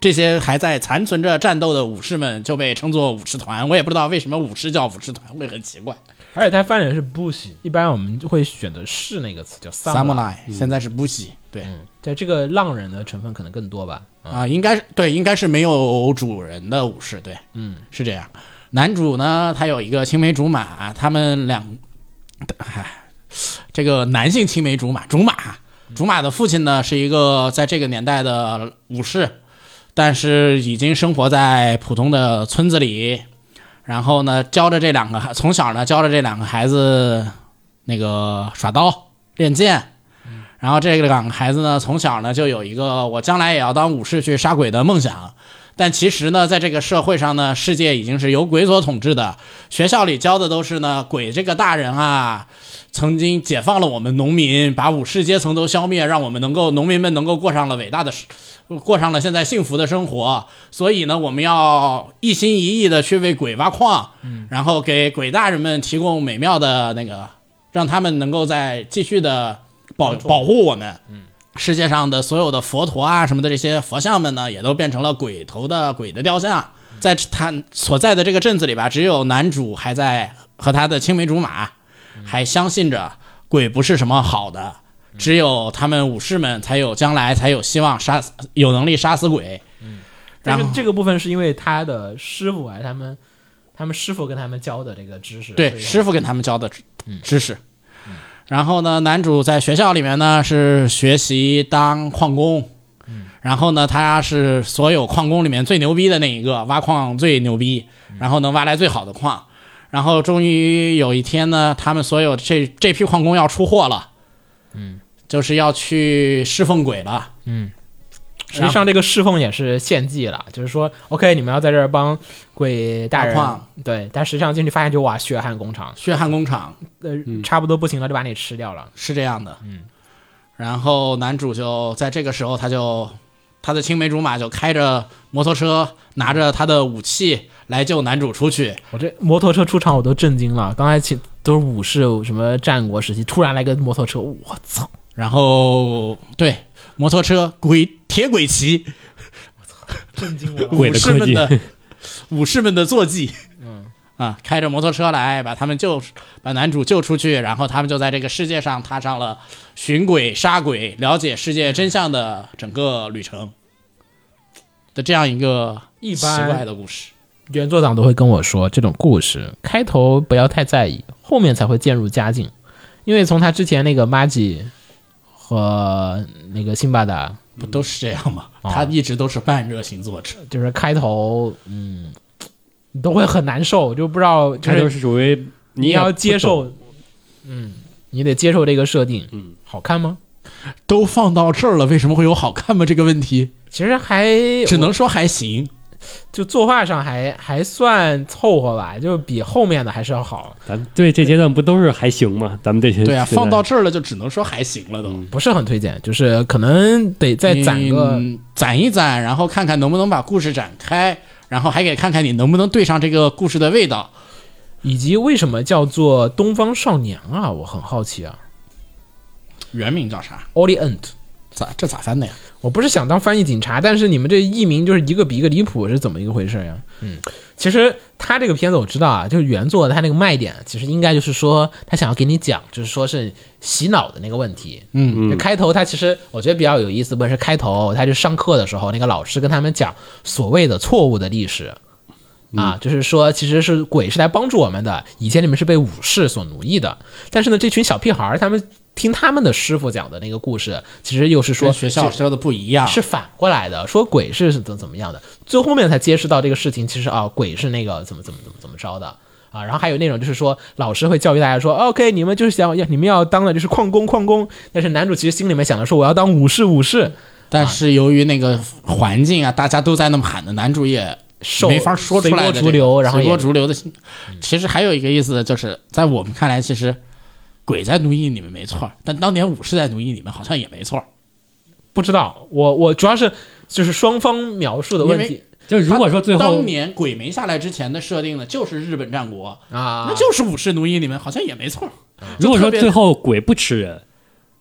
这些还在残存着战斗的武士们就被称作武士团。我也不知道为什么武士叫武士团，会很奇怪。 而且它翻译是 bushi， 一般我们就会选择士那个词叫 samurai，现在是 bushi，对， 在这个浪人的成分可能更多吧。 应该是没有主人的武士，对，是这样。男主呢，他有一个青梅竹马，他们这个男性青梅竹马的父亲呢是一个在这个年代的武士，但是已经生活在普通的村子里。然后呢，从小呢教着这两个孩子那个耍刀练剑。然后这两个孩子呢，从小呢就有一个我将来也要当武士去杀鬼的梦想。但其实呢，在这个社会上呢，世界已经是由鬼所统治的。学校里教的都是呢，鬼这个大人啊，曾经解放了我们农民，把武士阶层都消灭，让我们农民们能够过上了现在幸福的生活。所以呢，我们要一心一意的去为鬼挖矿，然后给鬼大人们提供美妙的那个，让他们能够再继续的保护我们。世界上的所有的佛陀啊什么的这些佛像们呢，也都变成了鬼的雕像。在他所在的这个镇子里吧，只有男主还在和他的青梅竹马还相信着鬼不是什么好的，只有他们武士们才有将来，才有希望有能力杀死鬼。 但是这个部分是因为他的师傅他们师傅跟他们教的这个知识， 对，师傅跟他们教的知识。然后呢，男主在学校里面呢是学习当矿工，然后呢他是所有矿工里面最牛逼的那一个，挖矿最牛逼，然后能挖来最好的矿。然后终于有一天呢，他们所有这批矿工要出货了，就是要去侍奉鬼了。 实际上这个侍奉也是献祭了，就是说 OK 你们要在这儿帮鬼大人，对，但实际上进去发现就哇血汗工厂，差不多不行了就把你吃掉了， 是这样的。然后男主就在这个时候，他的青梅竹马就开着摩托车，拿着他的武器来救男主出去。 我这摩托车出场我都震惊了，刚才都是武士什么战国时期，突然来个摩托车，我操！ 然后对摩托车铁轨骑， 我操，震惊我！ 武士们的坐骑，开着摩托车来把男主救出去，然后他们就在这个世界上踏上了寻鬼杀鬼、了解世界真相的整个旅程的这样一个奇怪的故事。 原作党都会跟我说，这种故事开头不要太在意，后面才会渐入佳境，因为从他之前那个马吉和那个辛巴达不都是这样吗？他一直都是半热型作者， 就是开头你都会很难受，就不知道开头是属于你要接受，你得接受这个设定，好看吗？ 都放到这儿了，为什么会有好看吗？这个问题其实只能说还行，就作画上还算凑合吧，就比后面的还是要好。 咱对这阶段不都是还行吗？咱们这些对啊，放到这儿了就只能说还行了都， 不是很推荐，就是可能得再攒一攒，然后看看能不能把故事展开，然后还得看看你能不能对上这个故事的味道， 以及为什么叫做东方少年啊？我很好奇啊。 原名叫啥 ？Orient。 这咋翻的呀？ 我不是想当翻译警察，但是你们这译名就是一个比一个离谱，是怎么一个回事呀？其实他这个片子我知道啊，就是原作他那个卖点，其实应该就是说他想要给你讲，就是说是洗脑的那个问题。开头他其实我觉得比较有意思，不是开头他就上课的时候，那个老师跟他们讲所谓的错误的历史。就是说其实是鬼是来帮助我们的，以前你们是被武士所奴役的，但是呢这群小屁孩他们听他们的师傅讲的那个故事，其实又是说学校说的不一样， 是反过来的，说鬼是怎么样的，最后面才揭示到这个事情其实鬼是那个怎么着的然后还有那种就是说老师会教育大家说 OK 你们就是你们要当的就是矿工，但是男主其实心里面想的说我要当武士， 但是由于那个环境啊，大家都在那么喊的，男主也没法说出来的， 随波逐流，然后随波逐流的。其实还有一个意思，就是在我们看来，其实鬼在奴役你们没错，但当年武士在奴役你们好像也没错。 不知道，我主要是就是双方描述的问题。 就如果说最后当年鬼没下来之前的设定呢，就是日本战国那就是武士奴役你们，好像也没错。 如果说最后鬼不吃人，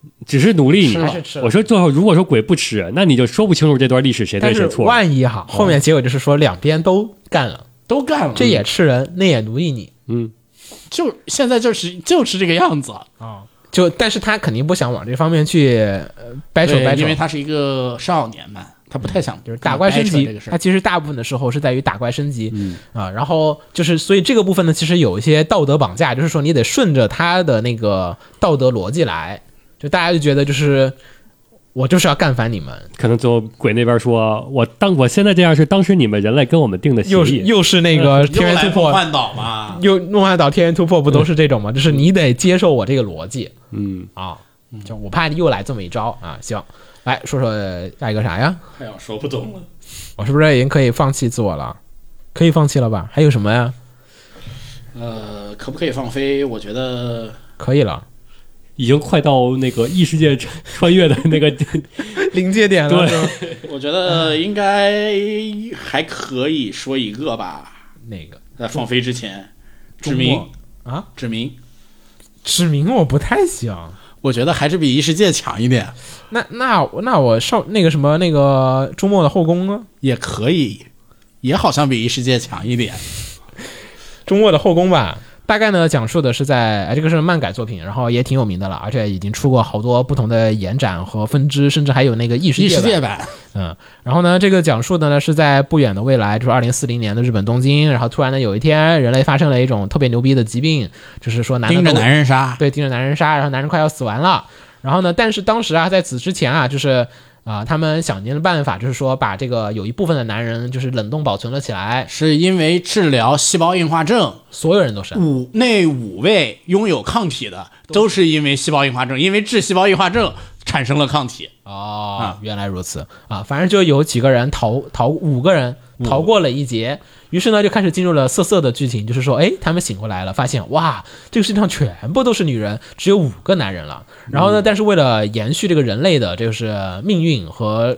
只是努力你还是吃了我说最后如果说鬼不吃，那你就说不清楚这段历史谁对但是谁错。 万一哈，后面结果就是说两边都干了， 都干了， 这也吃人，那也奴役你。 就现在就是这个样子啊。但是他肯定不想往这方面去掰扯， 因为他是一个少年嘛，他不太想就是打怪升级。他其实大部分的时候是在于打怪升级，然后就是所以这个部分呢，其实有一些道德绑架，就是说你得顺着他的那个道德逻辑来，就大家就觉得就是我就是要干翻你们。 可能最后鬼那边说，我现在这样是当时你们人类跟我们定的协议， 又是那个天元突破， 梦幻岛嘛， 又梦幻岛天元突破不都是这种吗？就是你得接受我这个逻辑，就我怕又来这么一招啊。行，来说说下一个啥呀？ 哎呀，说不懂了， 我是不是已经可以放弃自我了？可以放弃了吧？还有什么呀？ 可不可以放飞？我觉得可以了。 已经快到那个异世界穿越的那个临界点了。 对， 我觉得应该还可以说一个吧。 那个在放飞之前，指明啊， 指明我不太行， 我觉得还是比异世界强一点。 那我那个什么那个周末的后宫呢？ 也可以，也好像比异世界强一点。 周末的后宫吧。大概呢，讲述的是这个是漫改作品，然后也挺有名的了，而且已经出过好多不同的延展和分支，甚至还有那个异世界版。然后呢，这个讲述的呢是在不远的未来，就是2040年的日本东京，然后突然呢有一天，人类发生了一种特别牛逼的疾病，就是说盯着男人杀， 对，盯着男人杀，然后男人快要死完了。然后呢，但是当时在此之前就是他们想尽了办法，就是说把这个有一部分的男人就是冷冻保存了起来， 是因为治疗细胞硬化症， 所有人都是那5位拥有抗体的都是因为细胞硬化症，因为治细胞硬化症产生了抗体。 原来如此啊！反正就有几个人5个人逃过了一劫，于是呢就开始进入了色的剧情，就是说，他们醒过来了，发现哇，这个世界上全部都是女人，只有5个男人了。然后呢，但是为了延续这个人类的就是命运和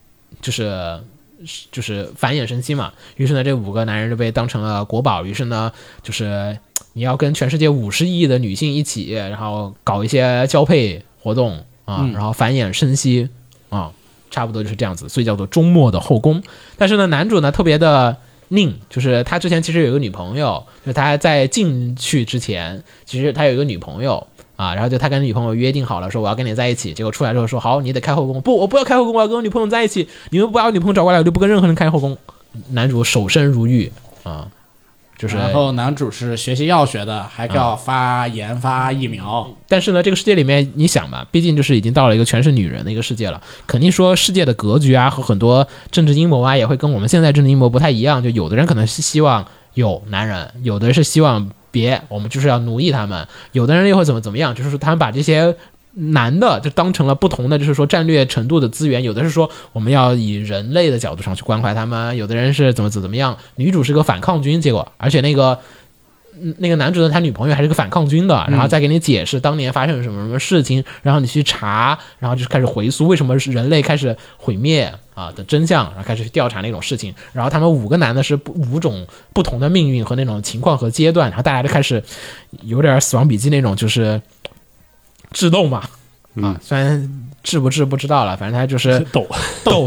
就是繁衍生息嘛，于是呢这5个男人就被当成了国宝，于是呢就是你要跟全世界50亿的女性一起，然后搞一些交配活动然后繁衍生息差不多就是这样子，所以叫做周末的后宫。但是呢，男主呢特别的拧，就是他之前其实有一个女朋友，就是他在进去之前，其实他有一个女朋友然后就他跟女朋友约定好了，说我要跟你在一起，结果出来之后说好，你得开后宫，不，我不要开后宫，我要跟我女朋友在一起，你们不把我女朋友找过来，我就不跟任何人开后宫。男主守身如玉就是然后男主是学习药学的，还要研发疫苗。 但是呢，这个世界里面，你想吧，毕竟就是已经到了一个全是女人的一个世界了，肯定说世界的格局和很多政治阴谋也会跟我们现在政治阴谋不太一样。就有的人可能是希望有男人，有的人是希望我们就是要奴役他们，有的人又会怎么样，就是说他们把这些男的就当成了不同的就是说战略程度的资源，有的是说我们要以人类的角度上去关怀他们，有的人是怎么样。女主是个反抗军，结果而且那个男主的他女朋友还是个反抗军的，然后再给你解释当年发生了什么事情，然后你去查，然后就开始回溯为什么人类开始毁灭的真相，然后开始去调查那种事情。然后他们5个男的是5种不同的命运和那种情况和阶段，然后大家就开始有点死亡笔记那种就是智斗嘛虽然治不治不知道了，反正他就是斗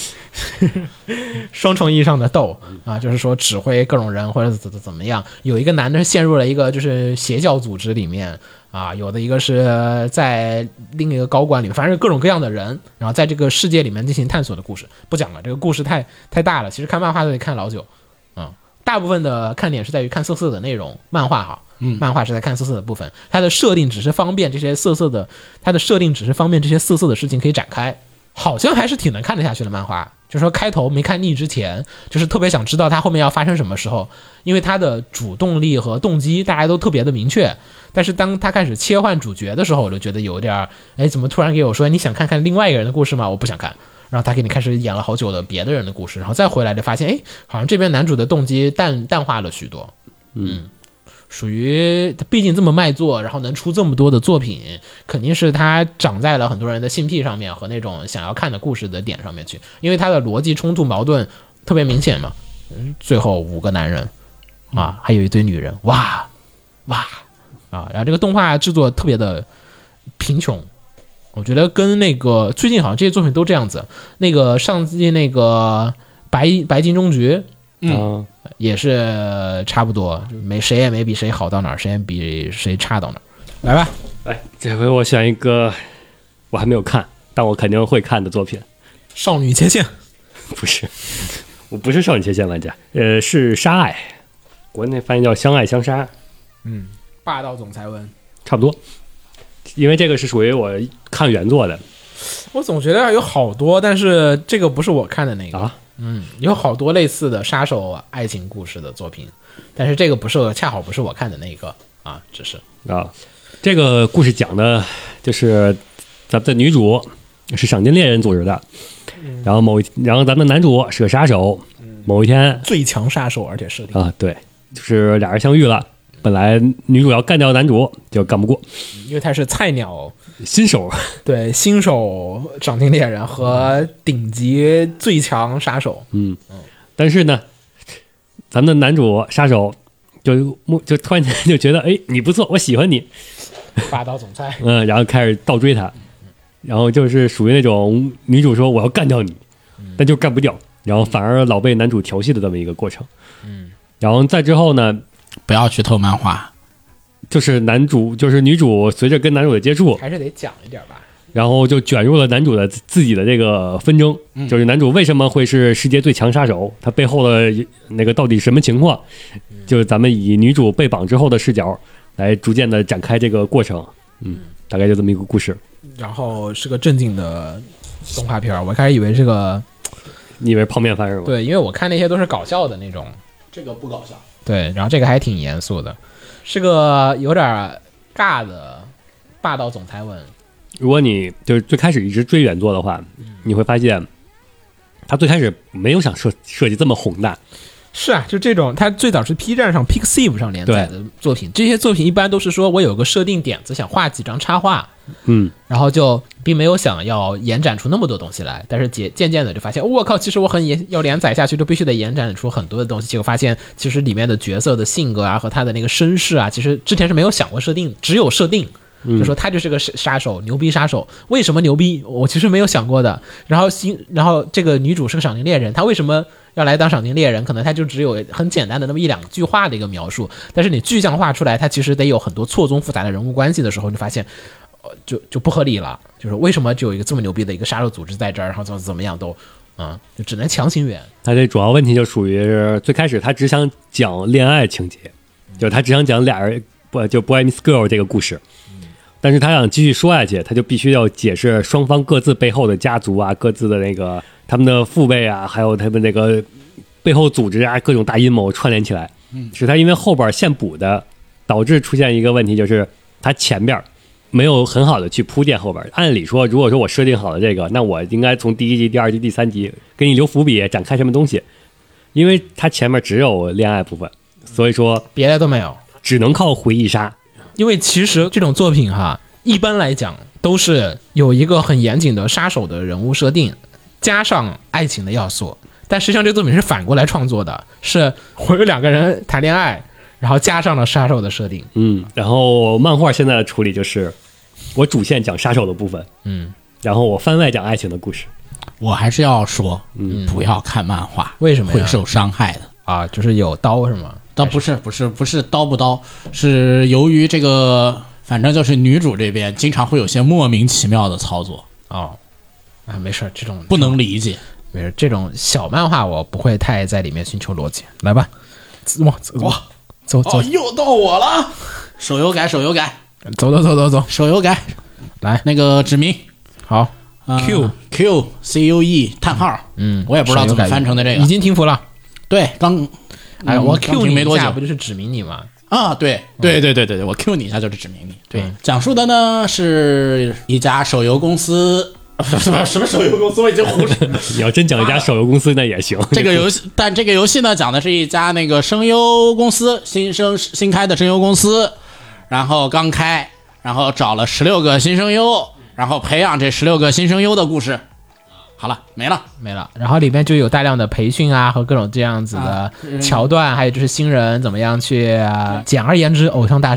双重意义上的斗就是说指挥各种人或者怎么样。有一个男的陷入了一个就是邪教组织里面有的一个是在另一个高官里面，反正各种各样的人，然后在这个世界里面进行探索的故事。不讲了，这个故事太大了，其实看漫画都得看老久大部分的看点是在于看色的内容，漫画漫画是在看色的部分，它的设定只是方便这些色的，它的设定只是方便这些色的事情可以展开，好像还是挺能看得下去的漫画。就是说开头没看腻之前，就是特别想知道它后面要发生什么时候，因为它的主动力和动机大家都特别的明确。但是当他开始切换主角的时候，我就觉得有点怎么突然给我说你想看看另外一个人的故事吗？我不想看。然后他给你开始演了好久的别的人的故事，然后再回来就发现好像这边男主的动机淡化了许多属于他毕竟这么卖座，然后能出这么多的作品，肯定是他长在了很多人的性癖上面和那种想要看的故事的点上面去，因为他的逻辑冲突矛盾特别明显嘛。最后5个男人还有一堆女人，哇然后这个动画制作特别的贫穷我觉得跟那个最近好像这些作品都这样子。那个上季那个白金终局，也是差不多，谁也没比谁好到哪儿，谁也比谁差到哪儿。来吧， 来，这回我选一个我还没有看，但我肯定会看的作品。 少女切线。 不是，我不是少女切线玩家，是杀爱，国内翻译叫相爱相杀。 霸道总裁文， 差不多。因为这个是属于我看原作的。 我总觉得有好多，但是这个不是我看的那个啊。 有好多类似的杀手爱情故事的作品，但是这个恰好不是我看的那个啊，只是啊，这个故事讲的就是咱们的女主是赏金猎人组织的，然后咱们的男主是个杀手，某一天最强杀手，而且设定啊，对，就是俩人相遇了。本来女主要干掉男主，就干不过， 因为他是菜鸟新手， 对新手赏金猎人和顶级最强杀手。 但是呢，咱们的男主杀手就突然间就觉得，哎，你不错，我喜欢你， 霸道总裁， 然后开始倒追他，然后就是属于那种女主说我要干掉你，但就干不掉，然后反而老被男主调戏的这么一个过程。然后再之后呢？ 不要剧透漫画， 就是女主随着跟男主的接触， 还是得讲一点吧。 然后就卷入了男主的自己的这个纷争，就是男主为什么会是世界最强杀手，他背后的那个到底什么情况？就是咱们以女主被绑之后的视角来逐渐的展开这个过程。大概就这么一个故事。 然后是个正经的动画片，我开始以为这个， 你以为泡面番是吗？ 对，因为我看那些都是搞笑的那种， 这个不搞笑。 对，然后这个还挺严肃的，是个有点尬的霸道总裁文。 如果你就是最开始一直追原作的话，你会发现他最开始没有想设计这么宏大。 是啊，就这种，他最早是 P 站上 Pixiv 上连载的作品，这些作品一般都是说我有个设定点子，想画几张插画，然后就并没有想要延展出那么多东西来，但是渐渐的就发现，我靠，其实我要连载下去，就必须得延展出很多的东西。结果发现，其实里面的角色的性格啊和他的那个身世啊，其实之前是没有想过设定，只有设定。就说他就是个杀手，牛逼杀手。为什么牛逼？我其实没有想过的。然后这个女主是个赏金猎人，她为什么要来当赏金猎人？可能她就只有很简单的那么一两句话的一个描述，但是你具象化出来，她其实得有很多错综复杂的人物关系的时候，你发现，就不合理了。就是为什么就有一个这么牛逼的一个杀手组织在这儿，然后怎么样都，就只能强行圆。 他这主要问题就属于最开始他只想讲恋爱情节，就是他只想讲俩人Boy Meets Girl 这个故事。但是他想继续说下去，他就必须要解释双方各自背后的家族啊，各自的那个他们的父辈啊，还有他们那个背后组织啊，各种大阴谋串联起来。是他因为后边现补的，导致出现一个问题，就是他前边没有很好的去铺垫后边。按理说，如果说我设定好了这个，那我应该从第一集、第二集、第三集给你留伏笔，展开什么东西。因为他前面只有恋爱部分，所以说别的都没有， 只能靠回忆杀。 因为其实这种作品哈，一般来讲都是有一个很严谨的杀手的人物设定，加上爱情的要素。但实际上这个作品是反过来创作的，是我有两个人谈恋爱，然后加上了杀手的设定。 然后漫画现在的处理就是我主线讲杀手的部分，然后我番外讲爱情的故事。 我还是要说，不要看漫画， 为什么会受伤害的啊？就是有刀是吗？ 倒不是刀不刀，是由于这个，反正就是女主这边经常会有些莫名其妙的操作。 没事，这种不能理解。 没事，这种小漫画我不会太在里面寻求逻辑。来吧，哇，走， 又到我了。手游改，走，手游改， 来那个指名好。 QQCUE 叹号，我也不知道怎么翻成的这个， 已经停服了。 对， 我 Q 你没多久， 不就是指明你吗？ 啊，对，我 Q 你一下就是指明你。对，讲述的呢是一家手游公司，什么手游公司我已经胡扯。 你要真讲一家手游公司那也行。 这个游戏，但这个游戏呢讲的是一家那个声优公司，新开的声优公司，然后刚开，然后找了16个新声优。然后培养这16个新声优的故事，好了，没了。 然后里面就有大量的培训啊和各种这样子的桥段，还有就是新人怎么样去简而言之，偶像大师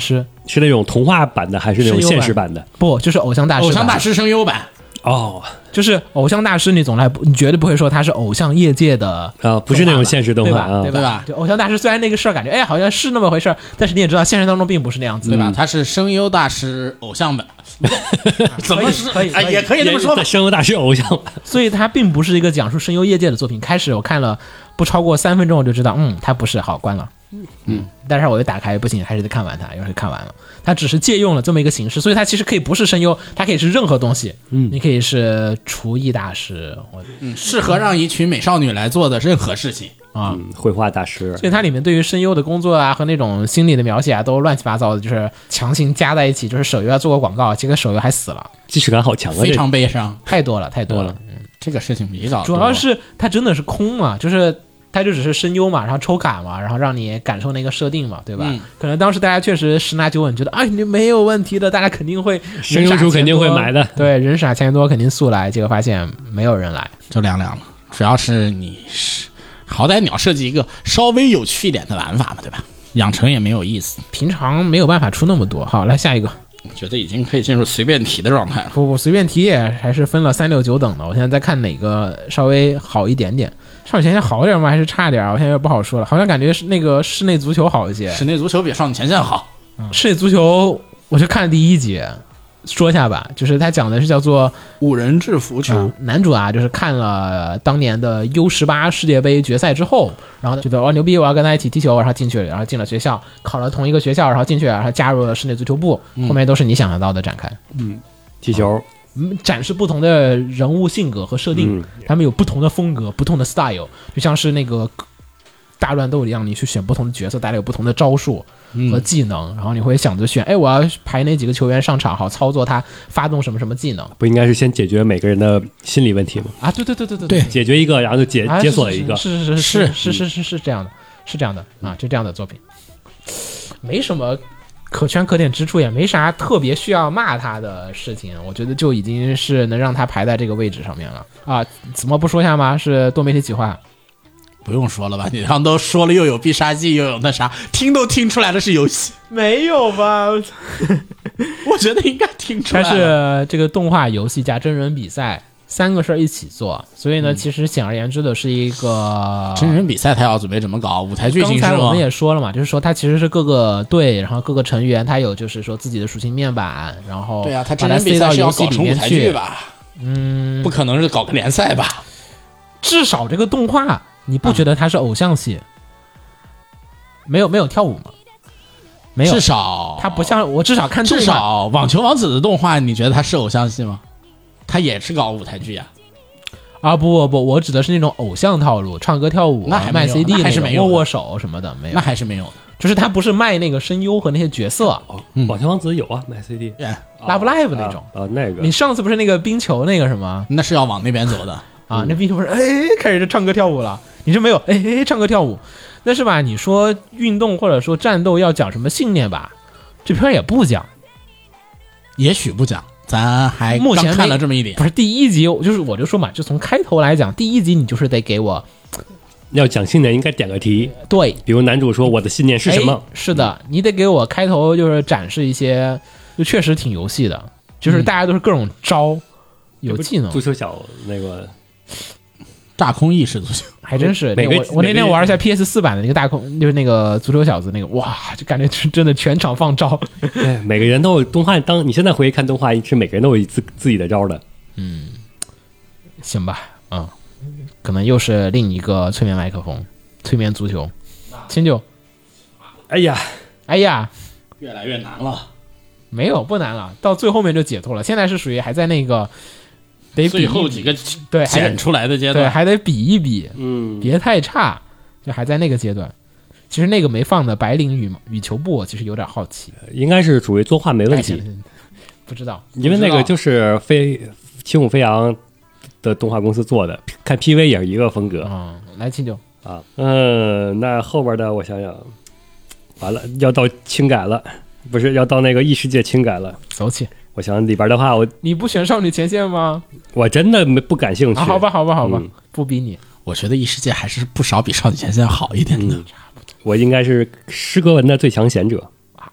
是那种童话版的还是那种现实版的？ 不，就是偶像大师。 偶像大师声优版哦， 就是偶像大师，你你绝对不会说他是偶像业界的不是那种现实动画啊， 对吧？就偶像大师虽然那个事儿感觉好像是那么回事儿，但是你也知道现实当中并不是那样子， 对吧？他是声优大师偶像版，怎么可以也可以这么说吧？ 声优大师偶像版， 所以它并不是一个讲述声优业界的作品。开始我看了不超过3分钟，我就知道，它不是，好关了。但是我又打开，不行，还是得看完它，又是看完了。它只是借用了这么一个形式，所以它其实可以不是声优，它可以是任何东西。你可以是厨艺大师， 适合让一群美少女来做的任何事情啊， 绘画大师。 所以它里面对于声优的工作啊和那种心理的描写啊，都乱七八糟的，就是强行加在一起。就是手游要做个广告，结果手游还死了， 即视感好强啊， 非常悲伤， 太多了。 这个事情比较主要是它真的是空嘛，就是它就只是声优嘛，然后抽卡嘛，然后让你感受那个设定嘛，对吧？可能当时大家确实十拿九稳，觉得你没有问题的，大家肯定会声优主肯定会买的， 对，人傻钱多肯定速来，结果发现没有人来， 就凉了。主要是你好歹你要设计一个稍微有趣一点的玩法嘛，对吧？养成也没有意思， 平常没有办法出那么多。好，来下一个。 我觉得已经可以进入随便题的状态了。 不，随便题也还是分了3、6、9等的。我现在在看哪个稍微好一点点。少女前线好一点吗？还是差点？我现在也不好说了。好像感觉是那个室内足球好一些。 室内足球比少女前线好。 室内足球我就看了第1集，说一下吧，就是他讲的是叫做五人制足球。 男主啊，就是看了当年的 U18 世界杯决赛之后，然后觉得牛逼，我要跟他一起踢球，然后进去了，然后进了学校，考了同一个学校，然后进去，然后加入了室内足球部，后面都是你想得到的展开。 踢球。 展示不同的人物性格和设定，他们有不同的风格、不同的 style， 就像是那个大乱斗一样，你去选不同的角色，大家有不同的招数和技能，然后你会想着选，我要排哪几个球员上场，好操作他发动什么什么技能。 不应该是先解决每个人的心理问题吗？ 啊，对， 解决一个，然后就解锁一个， 是这样的，是这样的啊，就这样的作品，没什么可圈可点之处，也没啥特别需要骂他的事情，我觉得就已经是能让他排在这个位置上面了啊！怎么不说一下吗？是多媒体企划， 不用说了吧？你刚都说了，又有必杀技，又有那啥，听都听出来的是游戏， 没有吧？ 我觉得应该听出来了。 它是这个动画、游戏加真人比赛3个事儿一起做，所以呢，其实简而言之的是一个真人比赛，他要准备怎么搞？舞台剧形式吗？ 刚才我们也说了嘛，就是说它其实是各个队，然后各个成员，他有就是说自己的属性面板，然后对啊，他真人比赛是要搞成舞台剧吧？不可能是搞个联赛吧？ 至少这个动画，你不觉得它是偶像系？没有跳舞吗？没有， 至少它不像我至少看动画， 至少网球王子的动画，你觉得它是偶像系吗？他也是搞舞台剧呀。 啊不，我指的是那种偶像套路，唱歌跳舞， 那还卖 CD， 还是没有握握手什么的，没有， 那还是没有的。 就是他不是卖那个声优和那些角色。 网球王子有啊，卖 CD， Love Live 那种那个。 你上次不是那个冰球那个什么？ 那是要往那边走的啊，那冰球不是开始唱歌跳舞了？你是没有唱歌跳舞，但是吧，你说运动或者说战斗要讲什么信念吧，这片也不讲， 也许不讲。咱还目前看了这么一点， 不是第1集，我就说嘛，就从开头来讲，第1集你就是得给我要讲信念，应该点个题， 对， 比如男主说我的信念是什么？ 是的，你得给我开头就是展示一些，就确实挺游戏的，就是大家都是各种招，有技能， 足球小那个炸空意识足球， 还真是。我那天玩一下 PS4 版的那个大空，就是那个足球小子那个，哇，就感觉是真的全场放招。 对，每个人都有动画。当你现在回去看动画，是每个人都有自己的招的。 行吧，可能又是另一个催眠麦克风，催眠足球，迁就。 哎呀， 越来越难了。 没有不难了，到最后面就解脱了。现在是属于还在那个。得比最后几个对剪出来的阶段， 对，还得比一比，别太差，就还在那个阶段。其实那个没放的白领羽球部，我其实有点好奇， 应该是属于作画没问题， 不知道， 因为那个就是轻舞飞扬的动画公司做的，看 PV 也是一个风格来秦九啊，那后边的我想想，完了要到轻改了，不是要到那个异世界轻改了， 走起。 我想里边的话， 你不选少女前线吗？ 我真的不感兴趣。 好吧，不逼你。 我觉得异世界还是不少比少女前线好一点的。 我应该是诗歌文的最强贤者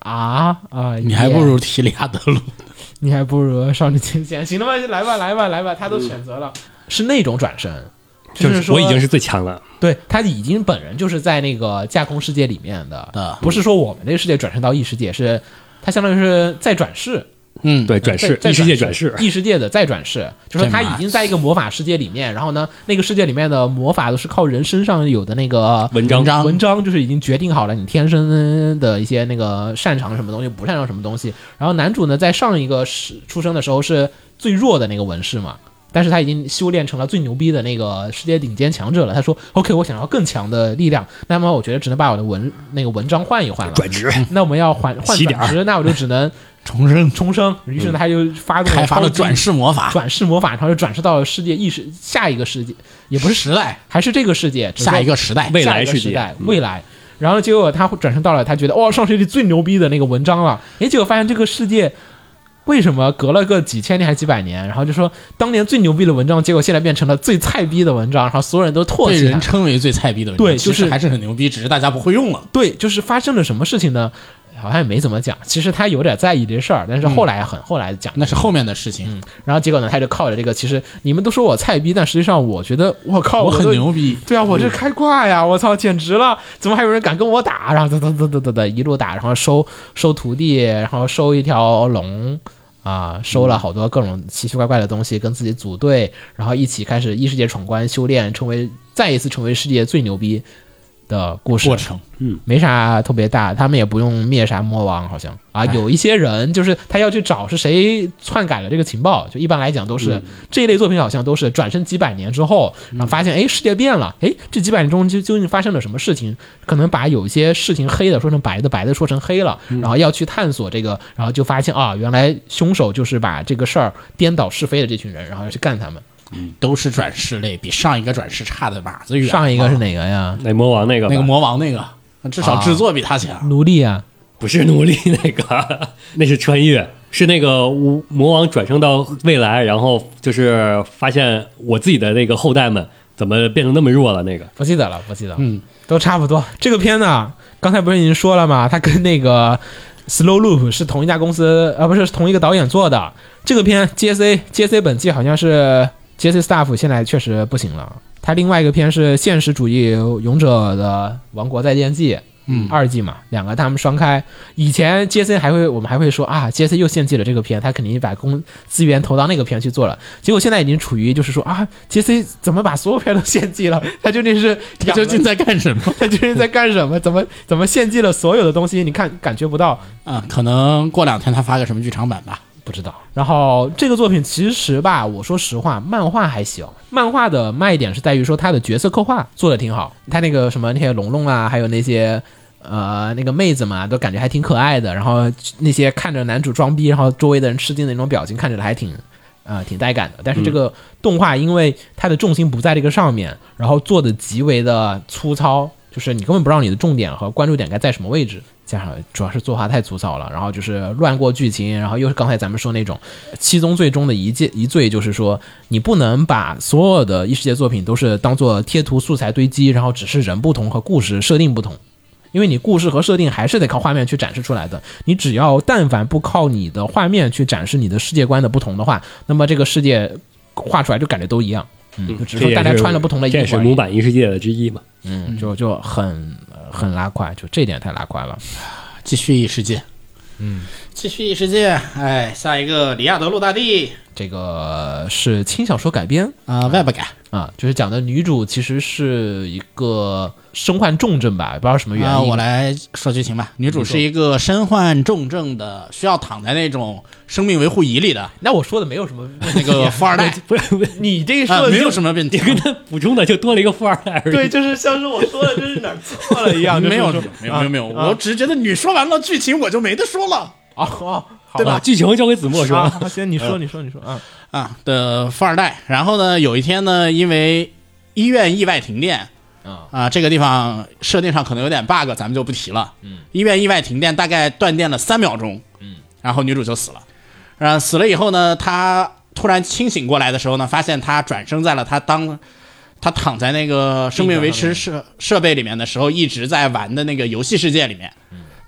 你还不如提里亚德鲁， 你还不如少女情线。行了吧，来吧，他都选择了，是那种转身， 就是说我已经是最强了。 对，他已经本人就是在那个架空世界里面的，不是说我们这个世界转身到异世界，是他相当于是再转世。 对，转世，异世界转世， 异世界的再转世，就是他已经在一个魔法世界里面，然后呢，那个世界里面的魔法都是靠人身上有的那个文章， 就是已经决定好了你天生的一些那个擅长什么东西，不擅长什么东西。然后男主呢，在上一个出生的时候是最弱的那个文士嘛，但是他已经修炼成了最牛逼的那个世界顶尖强者了。他说 ：“OK， 我想要更强的力量，那么我觉得只能把我的文章换一换了， 转职。 那我们要换转职，那我就只能。”重生，于是呢，他就开发了转世魔法， 然后就转世到了下一个世界，也不是时代， 还是这个世界， 下一个时代， 未来世界， 未来。然后结果他转生到了他觉得上世纪最牛逼的那个文章了，结果发现这个世界为什么隔了个几千年还几百年，然后就说当年最牛逼的文章，结果现在变成了最菜逼的文章，然后所有人都唾弃他， 被人称为最菜逼的文章， 对，就是还是很牛逼，只是大家不会用了。 对，就是发生了什么事情呢？好像也没怎么讲，其实他有点在意这事儿，但是后来讲， 那是后面的事情。 然后结果呢，他就靠着这个，其实你们都说我菜逼，但实际上我觉得我靠， 我很牛逼。 对啊，我这开挂呀，我操，简直了！怎么还有人敢跟我打？然后一路打，然后收徒弟，然后收一条龙啊，收了好多各种奇奇怪怪的东西，跟自己组队，然后一起开始异世界闯关修炼，再一次成为世界最牛逼的过程， 没啥特别大，他们也不用灭杀魔王，好像有一些人就是他要去找是谁篡改了这个情报，就一般来讲都是这一类作品，好像都是转身几百年之后，然后发现世界变了，这几百年中究竟发生了什么事情？可能把有一些事情黑的说成白的，白的说成黑了，然后要去探索这个，然后就发现原来凶手就是把这个事儿颠倒是非的这群人，然后要去干他们。 都是转世类，比上一个转世差的码子远。 上一个是哪个呀？ 那魔王那个魔王那个，至少制作比他强。 奴隶啊， 不是奴隶那个，那是穿越，是那个魔王转生到未来，然后就是发现我自己的那个后代们怎么变成那么弱了。那个不记得了，都差不多。这个片呢，刚才不是已经说了吗？他跟那个 Slow Loop 是同一家公司，不是同一个导演做的。这个片 JC 本季好像是。JC Staff 现在确实不行了，他另外一个片是现实主义勇者的王国再见记，2季嘛，两个他们双开。以前 JC 我们还会说JC 又献祭了这个片，他肯定把资源投到那个片去做了。结果现在已经处于就是说JC 怎么把所有片都献祭了？他究竟在干什么？他究竟在干什么？怎么献祭了所有的东西？你看感觉不到可能过2天他发个什么剧场版吧。 不知道。然后这个作品其实吧，我说实话，漫画还行。漫画的卖点是在于说它的角色刻画做的挺好，它那个什么那些龙龙啊，还有那些那个妹子嘛，都感觉还挺可爱的。然后那些看着男主装逼，然后周围的人吃惊的那种表情，看着还挺带感的。但是这个动画因为它的重心不在这个上面，然后做的极为的粗糙，就是你根本不知道你的重点和关注点该在什么位置。加上主要是作画太粗糙了，然后就是乱过剧情，然后又是刚才咱们说那种七宗罪中的一罪，就是说你不能把所有的异世界作品都是当做贴图素材堆积，然后只是人不同和故事设定不同，因为你故事和设定还是得靠画面去展示出来的。你只要但凡不靠你的画面去展示你的世界观的不同的话，那么这个世界画出来就感觉都一样。只是说大家穿了不同的衣服， 这是模板异世界的之一嘛。 就很拉胯，就这点太拉胯了。 继续异世界，继续异世界。下一个里亚德路大帝， 这个是轻小说改编 ，Web 改就是讲的女主其实是一个身患重症吧，不知道什么原因。 我来说剧情吧。女主是一个身患重症的，需要躺在那种生命维护仪里的。 那我说的没有什么那个富二代， 不是你这个说的没有什么问题。 你跟他补充的就多了一个富二代而已。 对，就是像是我说的，就是哪儿错了一样。 没有，我只是觉得你说完了剧情，我就没得说了。 对吧？剧情交给子墨说。 行，你说的富二代。然后呢，有一天呢，因为医院意外停电这个地方设定上可能有点 bug， 咱们就不提了。医院意外停电，大概断电了3秒钟。然后女主就死了。死了以后呢，她突然清醒过来的时候呢，发现她转生在了她躺在那个生命维持设备里面的时候一直在玩的那个游戏世界里面。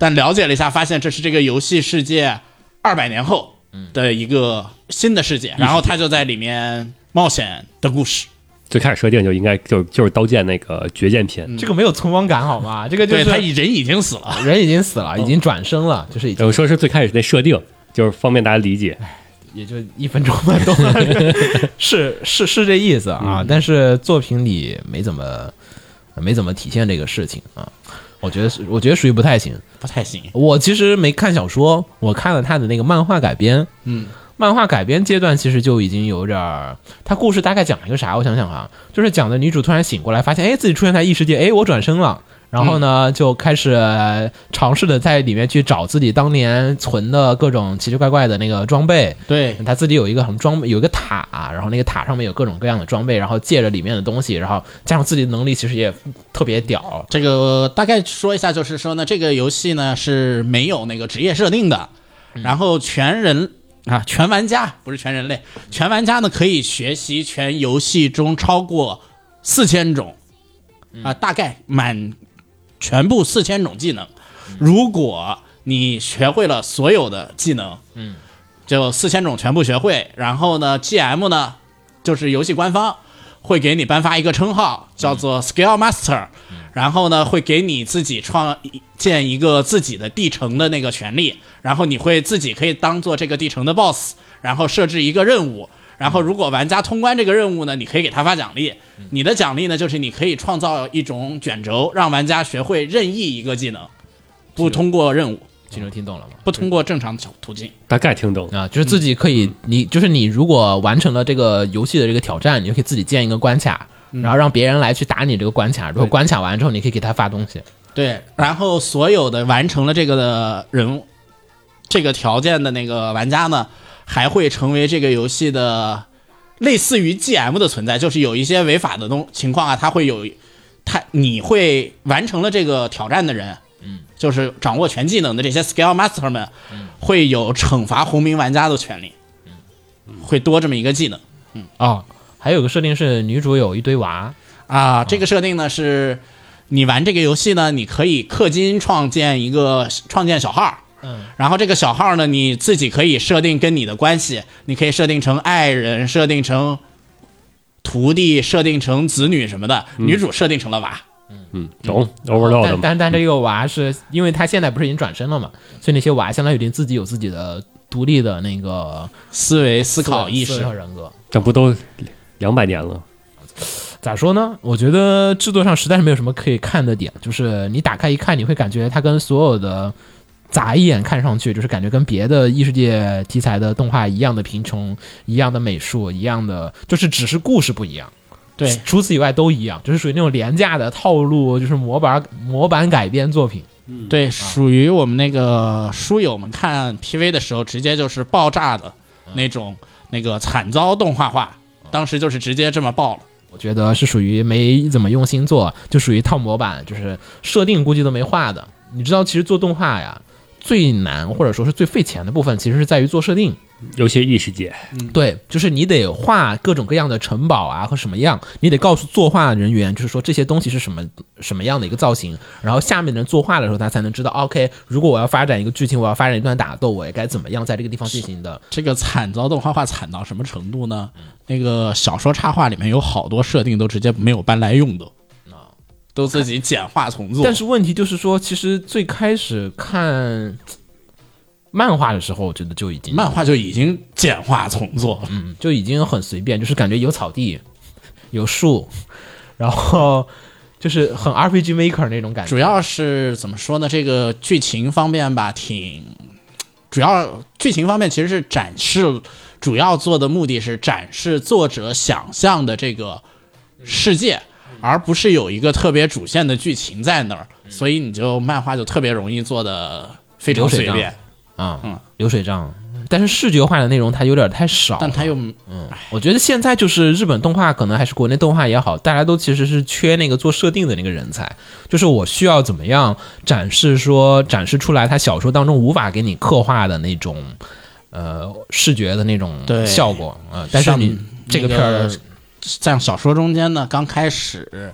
但了解了一下，发现这是这个游戏世界200年后的一个新的世界，然后他就在里面冒险的故事。 最开始设定就应该就是刀剑那个绝剑篇， 这个没有存亡感好吗？这个就是对他人已经死了， 人已经死了，已经转生了，就是已经我说是最开始那设定，就是方便大家理解。 也就1分钟吧，都是这意思啊。但是作品里没怎么体现这个事情啊。我觉得属于不太行。我其实没看小说，我看了他的那个漫画改编。漫画改编阶段其实就已经有点儿，他故事大概讲了一个啥？我想想啊，就是讲的女主突然醒过来，发现自己出现在异世界，我转生了。然后呢，就开始尝试的在里面去找自己当年存的各种奇奇怪怪的那个装备。 对， 他自己有一个有一个塔，然后那个塔上面有各种各样的装备，然后借着里面的东西，然后加上自己的能力，其实也特别屌。 这个大概说一下，就是说呢，这个游戏呢是没有那个职业设定的，然后全玩家不是全人类，全玩家呢可以学习全游戏中超过4000种大概全部4000种技能。如果你学会了所有的技能，就4000种全部学会，然后呢 GM 呢就是游戏官方会给你颁发一个称号叫做 Skill Master，然后呢会给你自己创建一个自己的地城的那个权利，然后你会自己可以当做这个地城的 boss， 然后设置一个任务，然后如果玩家通关这个任务呢，你可以给他发奖励。你的奖励呢就是你可以创造一种卷轴，让玩家学会任意一个技能，不通过任务。 金牛听懂了吗？ 不通过正常途径。 大概听懂啊，就是自己可以，你如果完成了这个游戏的这个挑战，你就可以自己建一个关卡，然后让别人来去打你这个关卡。如果关卡完之后，你可以给他发东西。 对，然后所有的完成了这个的人，这个条件的那个玩家呢，还会成为这个游戏的类似于 GM 的存在，就是有一些违法的情况啊，你会完成了这个挑战的人。就是掌握全技能的这些 Skill Master 们，会有惩罚红名玩家的权利，会多这么一个技能。 还有个设定是女主有一堆娃啊，这个设定呢是，你玩这个游戏呢，你可以氪金创建小号，然后这个小号呢，你自己可以设定跟你的关系，你可以设定成爱人，设定成徒弟，设定成子女什么的，女主设定成了娃。 懂 overload 但这个娃是因为他现在不是已经转身了嘛，所以那些娃相当于自己有自己的独立的那个思考意识和人格。 这不都200年了？ 咋说呢？我觉得制作上实在是没有什么可以看的点，就是你打开一看，你会感觉它跟所有的眨一眼看上去就是感觉跟别的异世界题材的动画一样的贫穷，一样的美术，一样的，就是只是故事不一样。 对， 除此以外都一样，就是属于那种廉价的套路，就是模板改编作品。 对，属于我们那个书友们看 PV 的时候，直接就是爆炸的那种，那个惨遭动画化，当时就是直接这么爆了。 我觉得是属于没怎么用心做，就属于套模板，就是设定估计都没画的。你知道，其实做动画呀，最难或者说是最费钱的部分，其实是在于做设定。 有些异世界， 对，就是你得画各种各样的城堡啊和什么样，你得告诉作画人员，就是说这些东西是什么样的一个造型，然后下面的人作画的时候，他才能知道 OK， 如果我要发展一个剧情，我要发展一段打斗，我也该怎么样在这个地方进行的。 这个惨遭动画化惨到什么程度呢？那个小说插画里面有好多设定都直接没有搬来用的，都自己简化重做。 但是问题就是说，其实最开始看漫画的时候，我觉得漫画就已经简化重做了， 就已经很随便，就是感觉有草地，有树，然后就是很 RPG Maker 那种感觉。 主要是怎么说呢？这个剧情方面吧，主要剧情方面其实是主要做的目的是展示作者想象的这个世界，而不是有一个特别主线的剧情在那儿，所以你就漫画就特别容易做的非常随便。 流水账，但是视觉化的内容它有点太少， 但它又我觉得现在就是日本动画，可能还是国内动画也好，大家都其实是缺那个做设定的那个人才，就是我需要怎么样展示出来他小说当中无法给你刻画的那种视觉的那种效果但是你这个片儿在小说中间呢，刚开始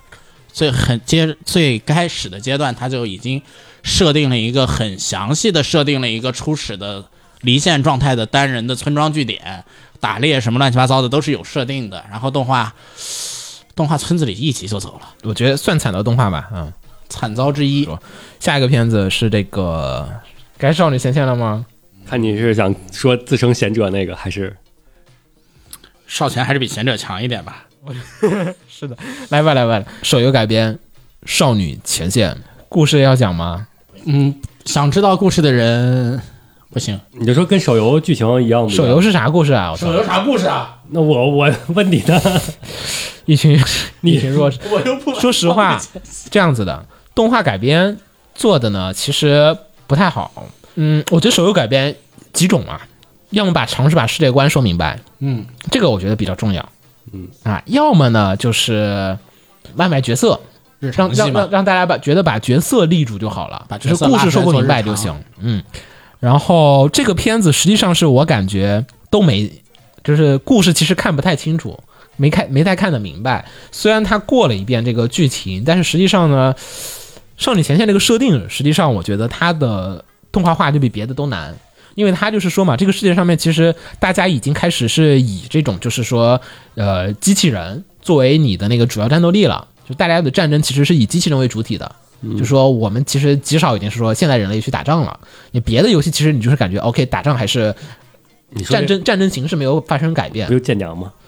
最开始的阶段，他就已经设定了一个很详细的设定了一个初始的离线状态的单人的村庄据点，打猎什么乱七八糟的都是有设定的。然后动画村子里一集就走了， 我觉得算惨的动画吧， 惨遭之一。 下一个片子是这个该少女前线了吗？ 看你是想说自称贤者那个，还是少前还是比贤者强一点吧？ 是的，来吧，手游改编《少女前线》，故事要讲吗？ 想知道故事的人不行， 你就说跟手游剧情一样不一样？ 手游是啥故事啊？ 手游啥故事啊？ 那我问你呢？ 一群弱势。 我又不说实话，这样子的动画改编做的呢，其实不太好。我觉得手游改编几种啊，要么尝试把世界观说明白，这个我觉得比较重要。要么呢就是卖角色，让大家觉得把角色立住就好了，就是故事说不明白就行。然后这个片子实际上是我感觉都没，就是故事其实看不太清楚，没太看得明白。虽然他过了一遍这个剧情，但是实际上呢，少女前线这个设定，实际上我觉得它的动画化就比别的都难。因为他就是说嘛，这个世界上面其实大家已经开始是以这种就是说机器人作为你的那个主要战斗力了，就大家的战争其实是以机器人为主体的。就说我们其实极少已经是说现在人类去打仗了，你别的游戏其实你就是感觉 OK 打仗还是战争形式没有发生改变。 不就剑娘吗？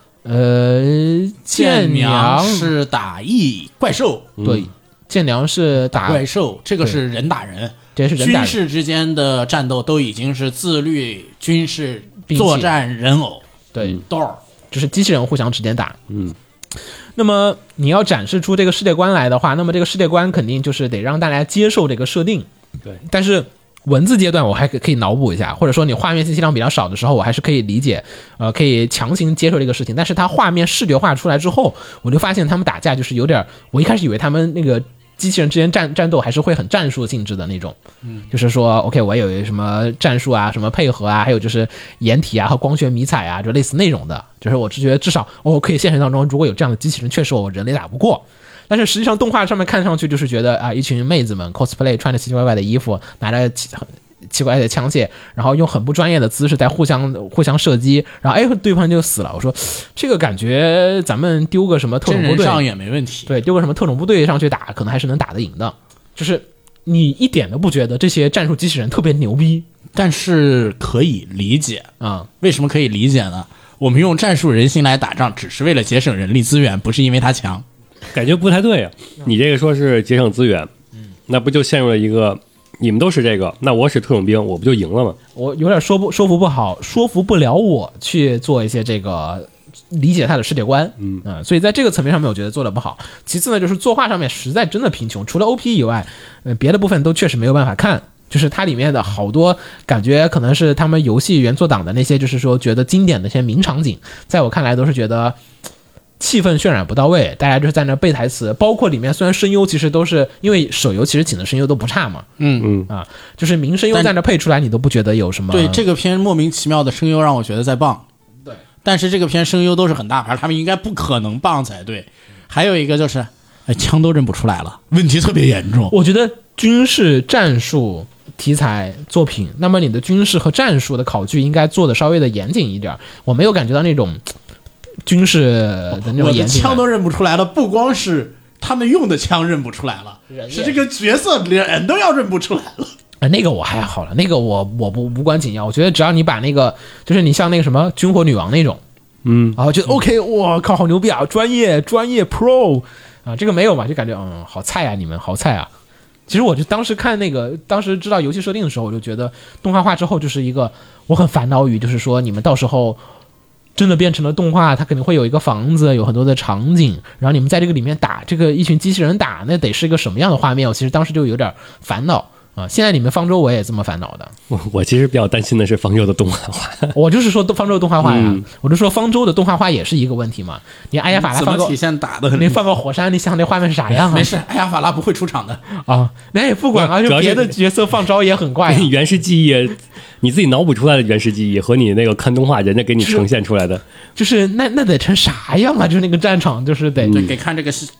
剑娘是打异怪兽， 对，剑娘是打怪兽，这个是人打人。 这是人打人， 军事之间的战斗都已经是自律军事作战人偶， 对， 豆就是机器人互相之间打。那么你要展示出这个世界观来的话，那么这个世界观肯定就是得让大家接受这个设定。 对， 但是文字阶段我还可以脑补一下，或者说你画面信息量比较少的时候，我还是可以理解，可以强行接受这个事情。但是它画面视觉化出来之后，我就发现他们打架就是有点，我一开始以为他们那个机器人之间战斗还是会很战术性质的那种，就是说 OK 我有什么战术啊，什么配合啊，还有就是掩体啊和光学迷彩啊，就类似那种的，就是我只觉得至少可以现实当中如果有这样的机器人，确实我人类打不过。但是实际上动画上面看上去就是觉得啊，一群妹子们 cosplay 穿着奇奇怪怪的衣服，拿着奇怪的枪械，然后用很不专业的姿势在互相射击，然后对方就死了。我说这个感觉咱们丢个什么特种部队上也没问题， 对，丢个什么特种部队上去打，可能还是能打得赢的。就是你一点都不觉得这些战术机器人特别牛逼， 但是可以理解啊。 为什么可以理解呢？我们用战术人心来打仗，只是为了节省人力资源，不是因为他强。 感觉不太对啊！你这个说是节省资源，那不就陷入了一个你们都是这个，那我使特种兵，我不就赢了吗？ 我有点说服不了我去做一些这个理解他的世界观，所以在这个层面上面，我觉得做的不好。其次呢，就是作画上面实在真的贫穷，除了 OP 以外，别的部分都确实没有办法看。就是它里面的好多感觉可能是他们游戏原作党的那些，就是说觉得经典的一些名场景，在我看来都是觉得气氛渲染不到位，大家就是在那背台词，包括里面虽然声优其实都是因为手游其实请的声优都不差嘛，就是名声优在那配出来，你都不觉得有什么。 对，这个片莫名其妙的声优让我觉得在棒，对，但是这个片声优都是很大牌，他们应该不可能棒才对。还有一个就是枪都认不出来了，问题特别严重。 我觉得军事战术题材作品，那么你的军事和战术的考据应该做的稍微的严谨一点，我没有感觉到那种军事的那种严谨。 枪都认不出来了，不光是他们用的枪认不出来了，是这个角色人都要认不出来了。 那个我还好了，那个我无关紧要，我觉得只要你把那个就是你像那个什么军火女王那种，然后就 OK， 我靠，好牛逼啊，专业 Pro 啊，这个没有嘛，就感觉好菜啊，你们好菜啊。其实我就当时看那个，当时知道游戏设定的时候，我就觉得动画化之后就是一个我很烦恼于，就是说你们到时候真的变成了动画，它肯定会有一个房子，有很多的场景，然后你们在这个里面打这个一群机器人打，那得是一个什么样的画面？我其实当时就有点烦恼啊。现在你们方舟我也这么烦恼的。 我其实比较担心的是方舟的动画化。 我就是说方舟的动画化呀，我就说方舟的动画化也是一个问题嘛。你艾亚法拉怎么体现打的？ 你放个火山，你想那画面是啥样啊？ 没事，艾亚法拉不会出场的啊。那也不管啊，就别的角色放招也很怪。 原始记忆，你自己脑补出来的原始记忆和你那个看动画人家给你呈现出来的， 就是那得成啥样啊？就是那个战场，就是得给看这个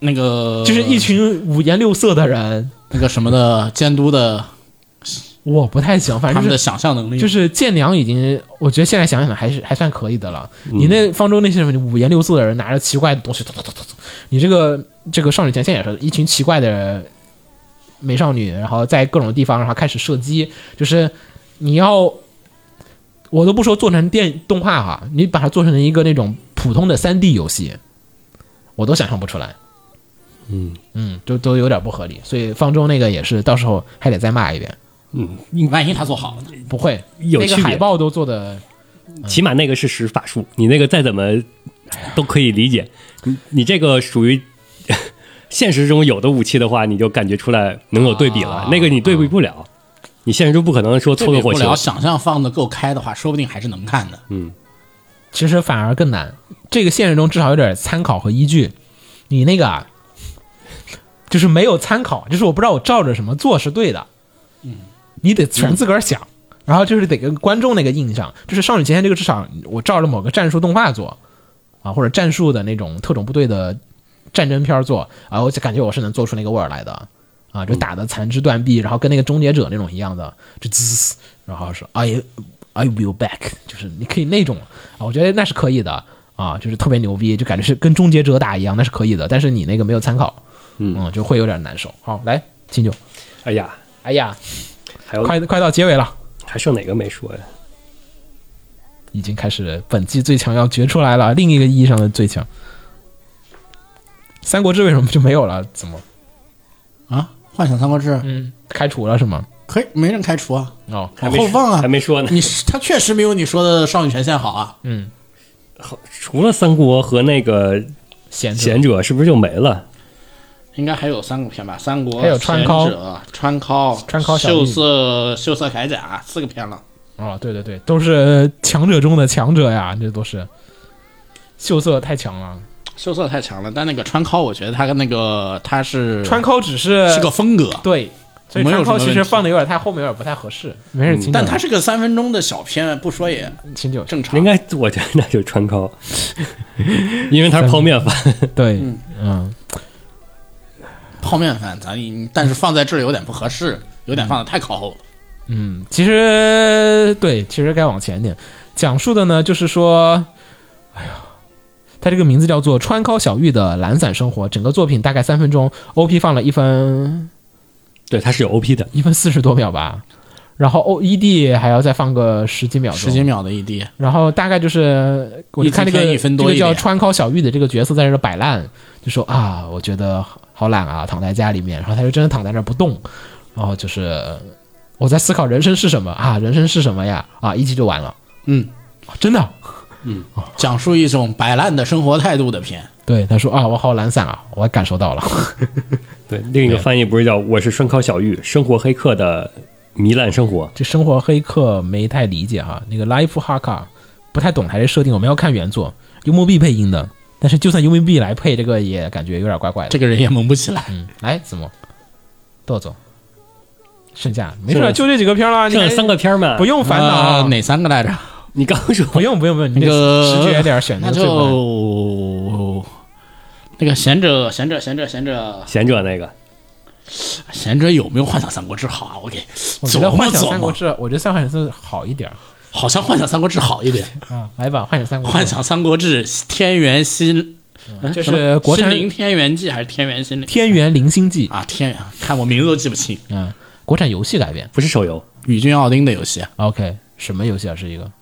那个就是一群五颜六色的人， 那个什么的监督的我不太行，反他们的正就是想象能力， 就是建良已经，我觉得现在想想还算可以的了。你那方舟那些五颜六色的人拿着奇怪的东西，你这个少女前线也是一群奇怪的美少女，然后在各种地方然后开始射击，就是你要，我都不说做成动画哈，你把它做成一个那种普通的3D 游戏，我都想象不出来。就都有点不合理，所以方舟那个也是到时候还得再骂一遍。 万一他做好了， 不会， 有区别那个海报都做的， 起码那个是使法术，你那个再怎么都可以理解。你这个属于现实中有的武器的话，你就感觉出来能有对比了。那个你对比不了，你现实中不可能说凑个火球。 对比不了，想象放的够开的话，说不定还是能看的。 其实反而更难。这个现实中至少有点参考和依据，你那个啊，就是没有参考，就是我不知道我照着什么做是对的。你得全自个儿想，然后就是得跟观众那个印象，就是少女前线这个至少我照着某个战术动画做啊，或者战术的那种特种部队的战争片做啊，我就感觉我是能做出那个味儿来的啊，就打的残肢断臂，然后跟那个终结者那种一样的，就滋，然后说 I will back， 就是你可以那种啊，我觉得那是可以的啊，就是特别牛逼，就感觉是跟终结者打一样，那是可以的，但是你那个没有参考，就会有点难受。好，来金九， 哎呀，还有快到结尾了。 还剩哪个没说呀？ 已经开始本季最强要决出来了，另一个意义上的最强。三国志为什么就没有了？怎么？ 啊，幻想三国志， 开除了是吗？ 可以，没人开除啊， 哦， 往后放啊， 还没说呢。 他确实没有你说的少女前线好啊。 除了三国和那个贤者，是不是就没了？ 应该还有3个片吧，三国还有川尻、 川尻、秀色铠甲4个片了。 哦，对，都是强者中的强者呀，这都是。秀色太强了， 但那个川尻，我觉得他跟那个他是川尻只是个风格， 对，所以川尻其实放的有点太后面，有点不太合适。没事， 但他是个3分钟的小片，不说也正常。 应该我觉得那就是川尻，因为他是泡面番。 对， 泡面番但是放在这儿有点不合适，有点放的太靠后了。 其实该往前点。讲述的呢，就是说，他这个名字叫做川尻小玉的懒散生活，整个作品大概3分钟 ，OP 放了1分， 对，它是有 OP 的， 1分40多秒吧。然后ED 还要再放个10几秒钟，10 几秒的 ED。 然后大概就是我看这个叫川尻小玉的这个角色在这摆烂，就说啊，我觉得好懒啊，躺在家里面。然后他就真的躺在那儿不动，然后就是我在思考人生是什么啊，人生是什么呀？啊，一集就完了。真的。 讲述一种摆烂的生活态度的片。 对，他说啊，我好懒散啊，我感受到了。 对，另一个翻译不是叫我是川尻小玉，生活黑客的糜烂生活。 这生活黑客没太理解哈，那个 Life Haka 不太懂他这设定，我们要看原作，幽默币配音的，但是就算幽默币来配这个也感觉有点怪怪的， 这个人也萌不起来。 来子墨豆总，剩下没事，就这几个片了， 剩3个片嘛， 不用烦恼。 哪3个来着？ 你刚说不用，你那个直觉点选择， 那就那个贤者那个。贤者有没有幻想三国志好啊？我觉得幻想三国志，我觉得像幻想三国志好一点， 好像幻想三国志好一点啊。来吧，幻想三国志天元心， 这是国产心灵天元记还是天元心灵？ 天元灵星记啊，看我名字都记不清。 国产游戏改编， 不是手游， 宇峻奥丁的游戏。 OK， 什么游戏啊？是一个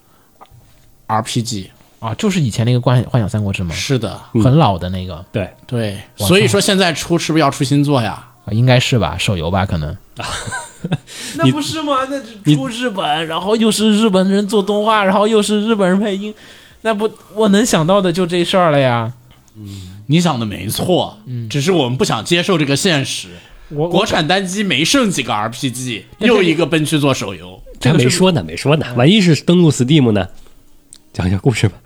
RPG 啊，就是以前那个幻想三国志吗？ 是的， 很老的那个。 对，所以说现在是不是要出新作呀？ 应该是吧，手游吧，可能。那不是吗？那出日本，然后又是日本人做动画，然后又是日本人配音，那不我能想到的就这事儿了呀。 你想的没错，只是我们不想接受这个现实。国产单机没剩几个 RPG， 又一个奔去做手游。 这个没说呢，万一是登录 Steam 呢？讲一下故事吧。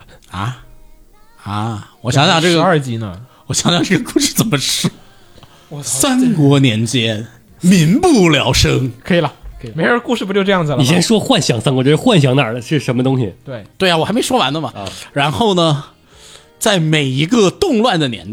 我想想这个 12集呢， 我想想这个故事怎么说。三国年间，民不聊生。 可以了，没事，故事不就这样子了吗？ 你先说幻想三国志，幻想哪儿的是什么东西？ 对啊，我还没说完呢嘛。然后呢，在每一个动乱的年代，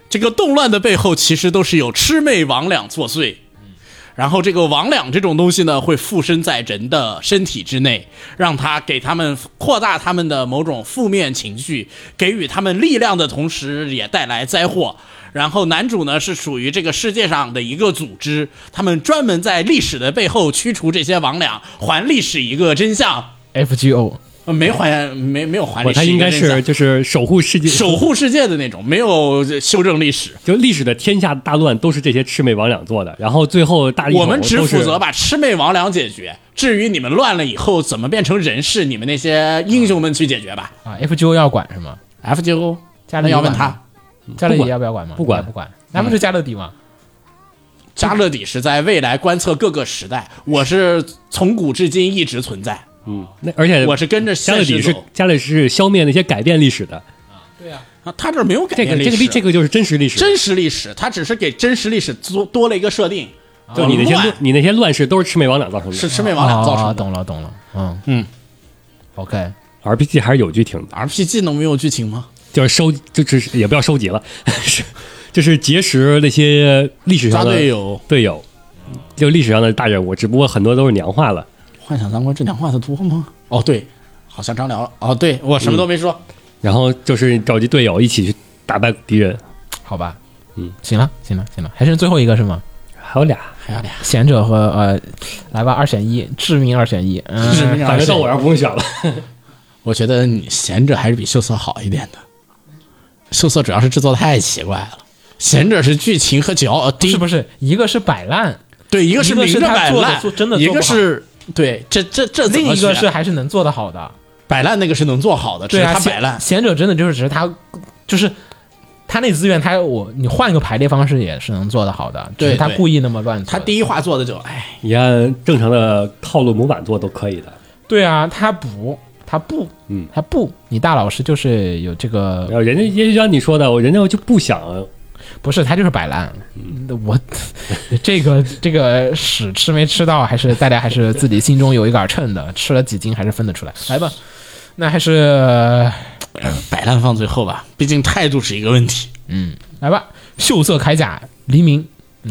这个动乱的背后其实都是有魑魅魍魉作祟。然后这个魍魉这种东西呢，会附身在人的身体之内，让他给他们扩大他们的某种负面情绪，给予他们力量的同时，也带来灾祸。然后男主呢是属于这个世界上的一个组织，他们专门在历史的背后驱除这些魍魉，还历史一个真相。 FGO 没有还历史， 他应该是就是守护世界的那种，没有修正历史。 就历史的天下大乱都是这些魑魅魍魉做的，然后最后大力我们只负责把魑魅魍魉解决，至于你们乱了以后怎么变成人事，你们那些英雄们去解决吧。 FGO 要管是吗 ？FGO 加勒要问他， 加勒底要不要管吗？ 不管， 那不是加勒底吗？ 加勒底是在未来观测各个时代，我是从古至今一直存在。 而且我是跟着加勒底是消灭那些改变历史的。 对呀， 他这没有改变历史， 这个就是真实历史，他只是给真实历史多了一个设定。 就你那些乱世都是魑魅魍魉造成的， 是魑魅魍魉造成的。 懂了。OK， RPG 还是有剧情的。 RPG 能没有剧情吗？ 就是也不要收集了，就是结识那些历史上的队友，就历史上的大人物，只不过很多都是娘化了。 幻想三国这娘化的多吗？哦，对，好像张聊了。哦，对，我什么都没说。 然后就是召集队友一起去打败敌人， 好吧？行了，还剩最后一个是吗？ 还有俩， 贤者和来吧，2选1，致命2选1。 反正到我这不用选了。 我觉得你贤者还是比秀色好一点的。秀色主要是制作太奇怪了，贤者是剧情和是不是？一个是摆烂， 对，一个是明着摆烂， 真的， 一个是对，这另一个是还是能做得好的。 摆烂那个是能做好的，只是他摆烂。 贤者真的只是他，就是他那资源，你换一个排列方式也是能做得好的， 对， 他故意那么乱做。 他第一话做的就你按正常的套路模板做都可以的。 对啊，他不，你大老师就是有这个， 人家也像你说的，人家就不想。 不是，他就是摆烂。我这个屎吃没吃到，还是大家还是自己心中有一杆秤的，吃了几斤还是分得出来。来吧，那还是摆烂放最后吧，毕竟态度是一个问题。 来吧，秀色铠甲黎明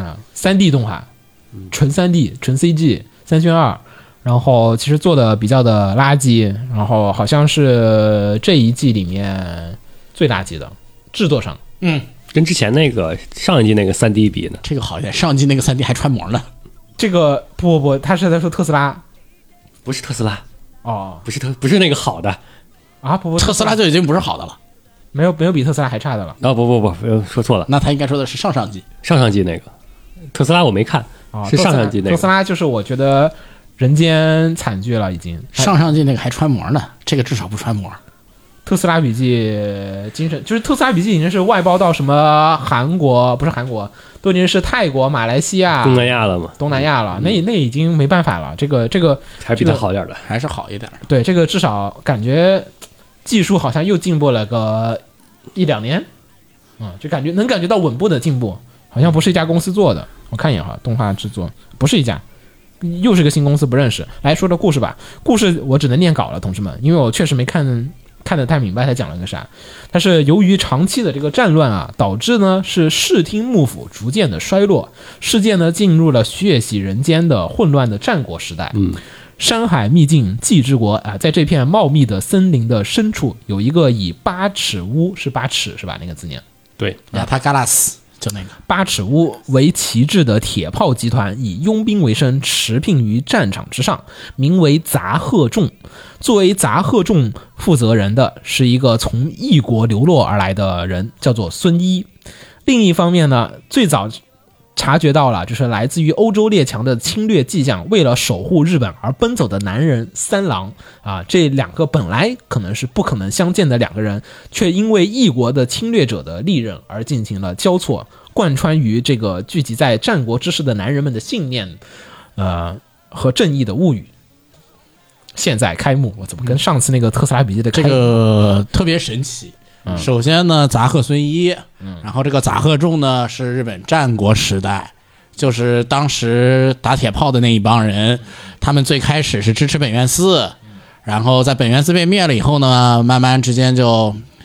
，3D 动画，纯 3D 纯 CG 3/2，然后其实做的比较的垃圾，然后好像是这一季里面最垃圾的制作上。 跟之前那个上一季那个 3D 比呢， 这个好一点。上一季那个3D 还穿模呢。 这个不，他是在说特斯拉， 不是特斯拉哦， 不是那个好的啊，不， 特斯拉就已经不是好的了， 没有比特斯拉还差的了。 不，说错了。 那他应该说的是上上季那个特斯拉我没看，是上上季那个。 特斯拉就是我觉得人间惨剧了，已经。 上上季那个还穿模呢，这个至少不穿模。 特斯拉笔记精神就是特斯拉笔记已经是外包到什么韩国，不是韩国，都已经是泰国、马来西亚、 东南亚了嘛？ 东南亚了，那已经没办法了。这个还是比它好点的， 还是好一点。 对，这个至少感觉技术好像又进步了个1-2年，就能感觉到稳步的进步，好像不是一家公司做的。我看一眼哈，动画制作不是一家，又是个新公司，不认识。来说这故事吧，故事我只能念稿了，同志们，因为我确实没看得太明白他讲了个啥。它是由于长期的这个战乱导致呢是视听幕府逐渐的衰落，世界呢进入了血洗人间的混乱的战国时代。山海秘境纪之国在这片茂密的森林的深处，有一个以8尺屋，是8尺是吧？那个字念对， 亚塔嘎拉斯，就那个 8尺屋为旗帜的铁炮集团，以佣兵为生，持聘于战场之上，名为杂贺众。作为杂贺众负责人的是一个从异国流落而来的人，叫做孙一。另一方面呢，最早察觉到了就是来自于欧洲列强的侵略迹象，为了守护日本而奔走的男人三郎这两个本来可能是不可能相见的两个人，却因为异国的侵略者的利刃而进行了交错，贯穿于这个聚集在战国之士的男人们的信念和正义的物语。现在开幕，我怎么跟上次那个特斯拉笔记的开幕这个特别神奇？首先呢，杂贺孙一，然后这个杂贺众呢是日本战国时代，就是当时打铁炮的那一帮人，他们最开始是支持本愿寺，然后在本愿寺被灭了以后呢，慢慢之间就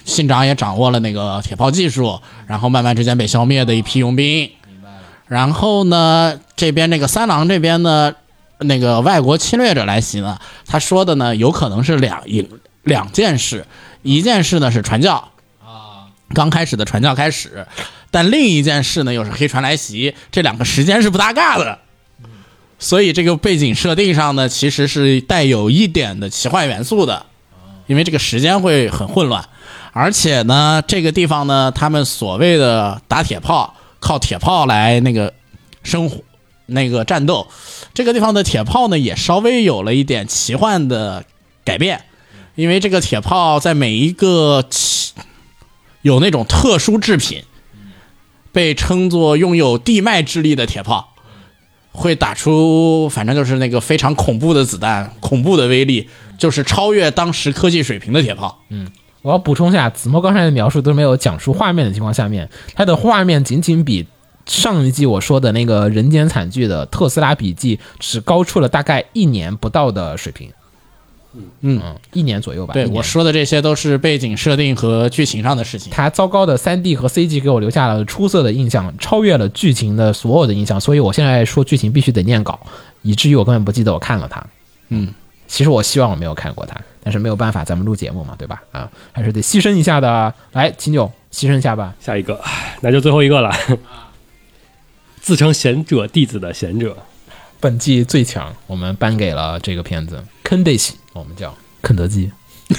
信长也掌握了那个铁炮技术，然后慢慢之间被消灭的一批佣兵。然后呢，这边那个三郎这边呢，那个外国侵略者来袭呢，他说的呢有可能是两件事，一件事呢是传教刚开始的传教开始，但另一件事呢又是黑船来袭，这两个时间是不搭嘎的。所以这个背景设定上呢，其实是带有一点的奇幻元素的，因为这个时间会很混乱，而且呢，这个地方呢，他们所谓的打铁炮，靠铁炮来那个生活那个战斗，这个地方的铁炮呢，也稍微有了一点奇幻的改变，因为这个铁炮在每一个有那种特殊制品，被称作拥有地脉之力的铁炮。会打出反正就是那个非常恐怖的子弹，恐怖的威力，就是超越当时科技水平的铁炮。 我要补充一下，子墨刚才的描述都没有讲述画面的情况下面，它的画面仅仅比上一季我说的那个人间惨剧的特斯拉笔记只高出了大概1年不到的水平。1年左右吧。 对，我说的这些都是背景设定和剧情上的事情。 它糟糕的 3D 和 CG 给我留下了出色的印象，超越了剧情的所有的印象，所以我现在说剧情必须得念稿，以至于我根本不记得我看了它。其实我希望我没有看过它，但是没有办法，咱们录节目嘛，对吧？还是得牺牲一下的。来，秦九，牺牲一下吧。 下一个，那就最后一个了。自称贤者弟子的贤者， 本季最强，我们颁给了这个片子肯德基，我们叫肯德基。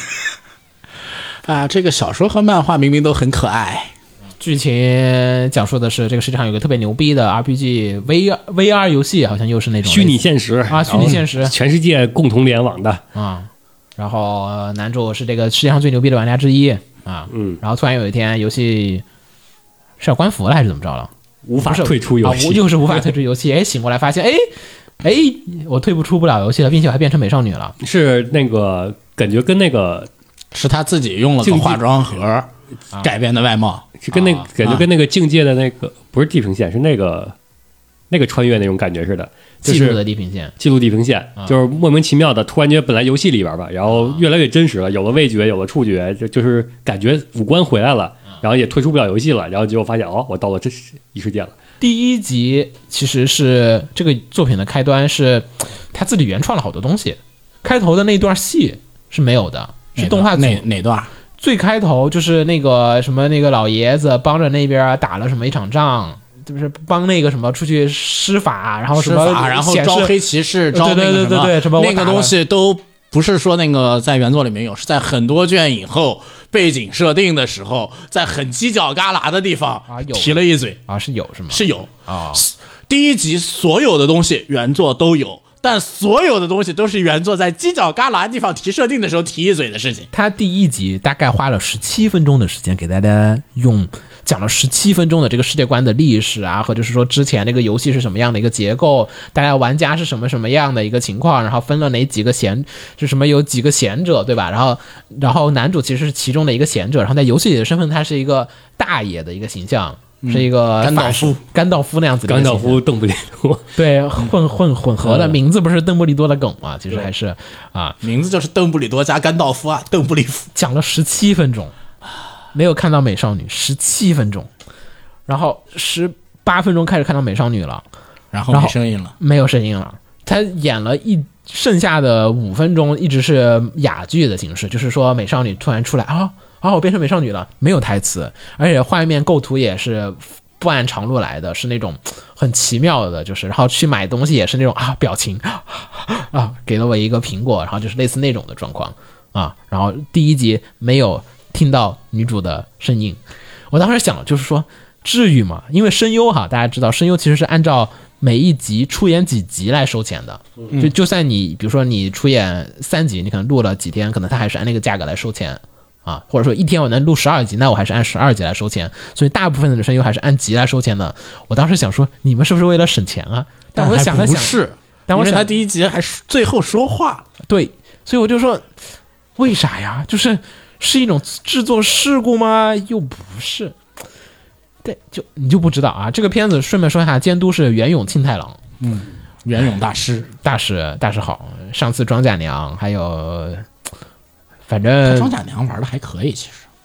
这个小说和漫画明明都很可爱。 剧情讲述的是这个世界上有个特别牛逼的 RPG VR 游戏，好像又是那种虚拟现实虚拟现实， 全世界共同联网的然后男主是这个世界上最牛逼的玩家之一然后突然有一天游戏是要关服了还是怎么着了？ 无法退出游戏， 又是无法退出游戏。醒过来发现，我退不了游戏了，并且我还变成美少女了。 是那个感觉跟那个是他自己用了个化妆盒改变的外貌， 是跟那个感觉跟那个境界的那个不是地平线，是那个穿越那种感觉似的，就是记录的地平线， 就是莫名其妙的，突然间本来游戏里边吧，然后越来越真实了，有了味觉，有了触觉，就是感觉五官回来了。然后也退出不了游戏了，然后结果发现我到了这异世界了。 第一集其实是这个作品的开端，是他自己原创了好多东西。开头的那段戏是没有的，是动画组哪段？ 最开头就是那个什么那个老爷子帮着那边打了什么一场仗，就是帮那个什么出去施法，然后什么然后招黑骑士，招那个什么那个东西都不是说那个在原作里面有，是在很多卷以后背景设定的时候，在很犄角旮旯的地方提了一嘴是有是吗？ 是有第一集所有的东西原作都有，但所有的东西都是原作在犄角旮旯的地方提设定的时候提一嘴的事情。 他第一集大概花了17分钟的时间给大家讲了17分钟的这个世界观的历史或者是说之前那个游戏是什么样的一个结构，大家玩家是什么样的一个情况，然后分了哪几个是什么有几个贤者，对吧？然后男主其实是其中的一个贤者，然后在游戏里的身份他是一个大爷的一个形象，是一个甘道夫那样子的甘道夫邓布利多， 对，混合的名字不是邓布利多的梗嘛？其实还是名字就是邓布利多加甘道夫邓布利夫。 讲了17分钟。没有看到美少女17分钟，然后18分钟开始看到美少女了， 然后没声音了， 没有声音了。他演了剩下的5分钟一直是哑剧的形式，就是说美少女突然出来我变成美少女了，没有台词，而且画面构图也是不按常路来的，是那种很奇妙的，就是然后去买东西也是那种表情给了我一个苹果，然后就是类似那种的状况然后第一集没有听到女主的声音，我当时想就是说至于吗？因为声优大家知道声优其实是按照每一集出演几集来收钱的，就算你比如说你出演3集，你可能录了几天，可能他还是按那个价格来收钱或者说一天我能录12集，那我还是按12集来收钱，所以大部分的声优还是按集来收钱的。我当时想说你们是不是为了省钱但我想了想，但因为他第一集还最后说话， 对，所以我就说为啥呀？是一种制作事故吗？又不是。对，你就不知道这个片子顺便说一下，监督是原永庆太郎， 原永大师好。上次装甲娘还有，反正装甲娘玩的还可以，其实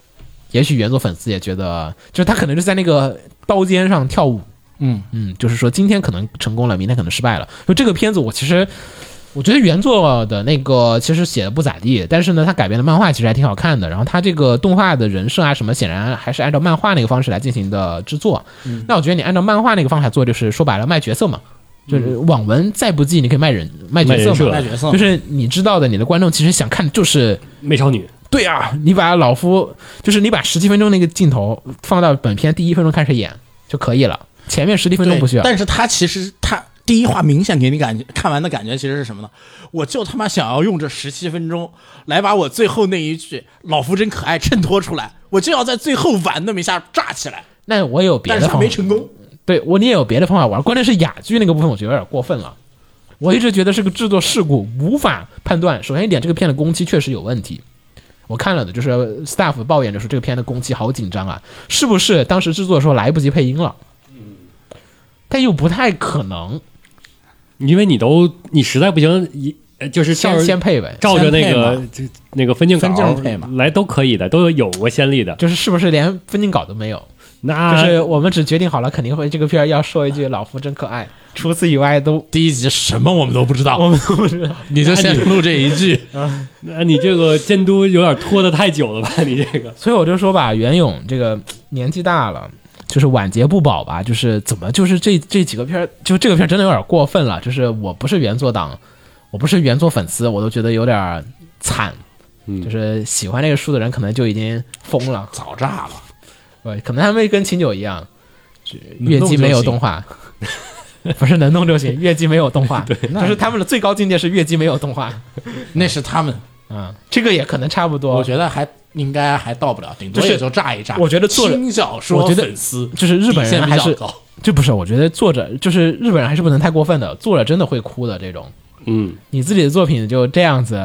也许原作粉丝也觉得，就是他可能是在那个刀尖上跳舞，就是说今天可能成功了，明天可能失败了。就这个片子，我觉得原作的那个其实写的不咋地，但是呢，他改编的漫画其实还挺好看的。然后他这个动画的人设啊什么，显然还是按照漫画那个方式来进行的制作。那我觉得你按照漫画那个方式来做，就是说白了卖角色嘛，就是网文再不济，你可以卖角色嘛， 卖角色， 就是你知道的，你的观众其实想看的就是美少女。 对啊，你把老夫，就是你把17分钟那个镜头放到本片第1分钟开始演就可以了，前面10几分钟不需要。 但是他其实第一话明显给你看完的感觉其实是什么呢？我就他妈想要用这17分钟来把我最后那一句“老夫真可爱”衬托出来，我就要在最后玩那么一下炸起来。 那我有别的方法， 但是他没成功。 对，你也有别的方法玩，关键是哑剧那个部分我觉得有点过分了。我一直觉得是个制作事故，无法判断。首先一点，这个片的工期确实有问题。我看了的就是 staff 抱怨着说这个片的工期好紧张啊，是不是当时制作的时候来不及配音了？但又不太可能， 因为你实在不行，就是先配呗， 照着那个分镜稿配嘛来都可以的，都有过先例的。 就是是不是连分镜稿都没有？ 那就是我们只决定好了，肯定会这个片要说一句“老夫真可爱”，除此以外都第一集什么我们都不知道， 我们都不知道。 你就先录这一句， 那你这个监督有点拖得太久了吧？你这个， 所以我就说吧，袁勇这个年纪大了。就是晚节不保吧，就是怎么就是这几个片，就这个片真的有点过分了。就是我不是原作党，我不是原作粉丝，我都觉得有点惨。就是喜欢这个书的人可能就已经疯了， 早炸了。 对，可能他们跟秦九一样，月姬没有动画，不是能弄就行，月姬没有动画，对，就是他们的最高境界是月姬没有动画， 那是他们这个也可能差不多。 我觉得应该还到不了，顶多也就炸一炸。 我觉得轻小说粉丝就是日本人还是这不是，我觉得作者就是日本人还是不能太过分的，作者真的会哭的这种。你自己的作品就这样子，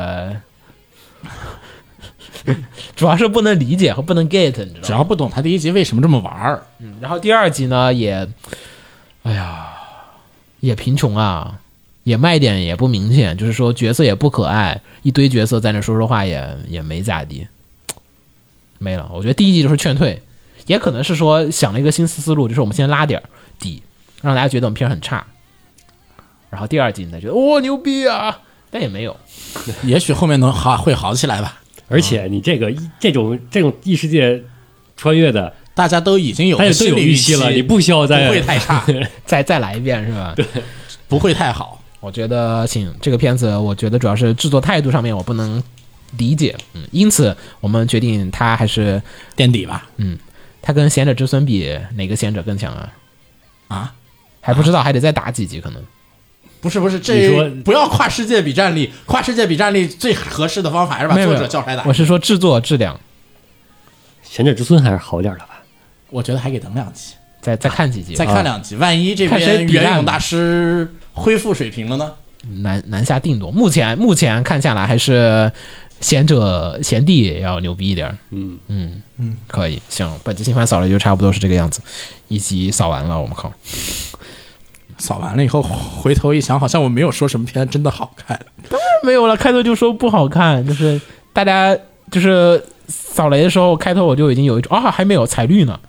主要是不能理解和不能 get， 你知道吗？ 只要不懂他第一集为什么这么玩儿， 然后第二集呢也，哎呀，也贫穷啊。也卖点也不明显，就是说角色也不可爱，一堆角色在那说话也没咋地，没了。我觉得第一集就是劝退，也可能是说想了一个新思路，就是我们先拉点底，让大家觉得我们片很差，然后第二集你才觉得牛逼啊，但也没有， 也许后面会好起来吧。 而且你这种异世界穿越的， 大家都已经有心理预期了，你不需要再不会太差， 再来一遍是吧？ 对， 不会太好。 我觉得这个片子，我觉得主要是制作态度上面我不能理解，因此我们决定他还是垫底吧。 他跟贤者之孙比，哪个贤者更强啊？还不知道，还得再打几集可能。 不是，这不要跨世界比战力，跨世界比战力最合适的方法还是把作者叫出来打。 我是说制作质量， 贤者之孙还是好点的吧？ 我觉得还给等2集。 再看几集， 再看2集，万一这边袁勇大师恢复水平了呢？ 难下定夺。目前看下来，还是贤弟也要牛逼一点。可以。行，本集新番扫了就差不多是这个样子，一集扫完了，我们靠。 扫完了以后，回头一想，好像我没有说什么片真的好看。 当然没有了，开头就说不好看，就是大家就是扫雷的时候，开头我就已经有一种还没有彩绿呢。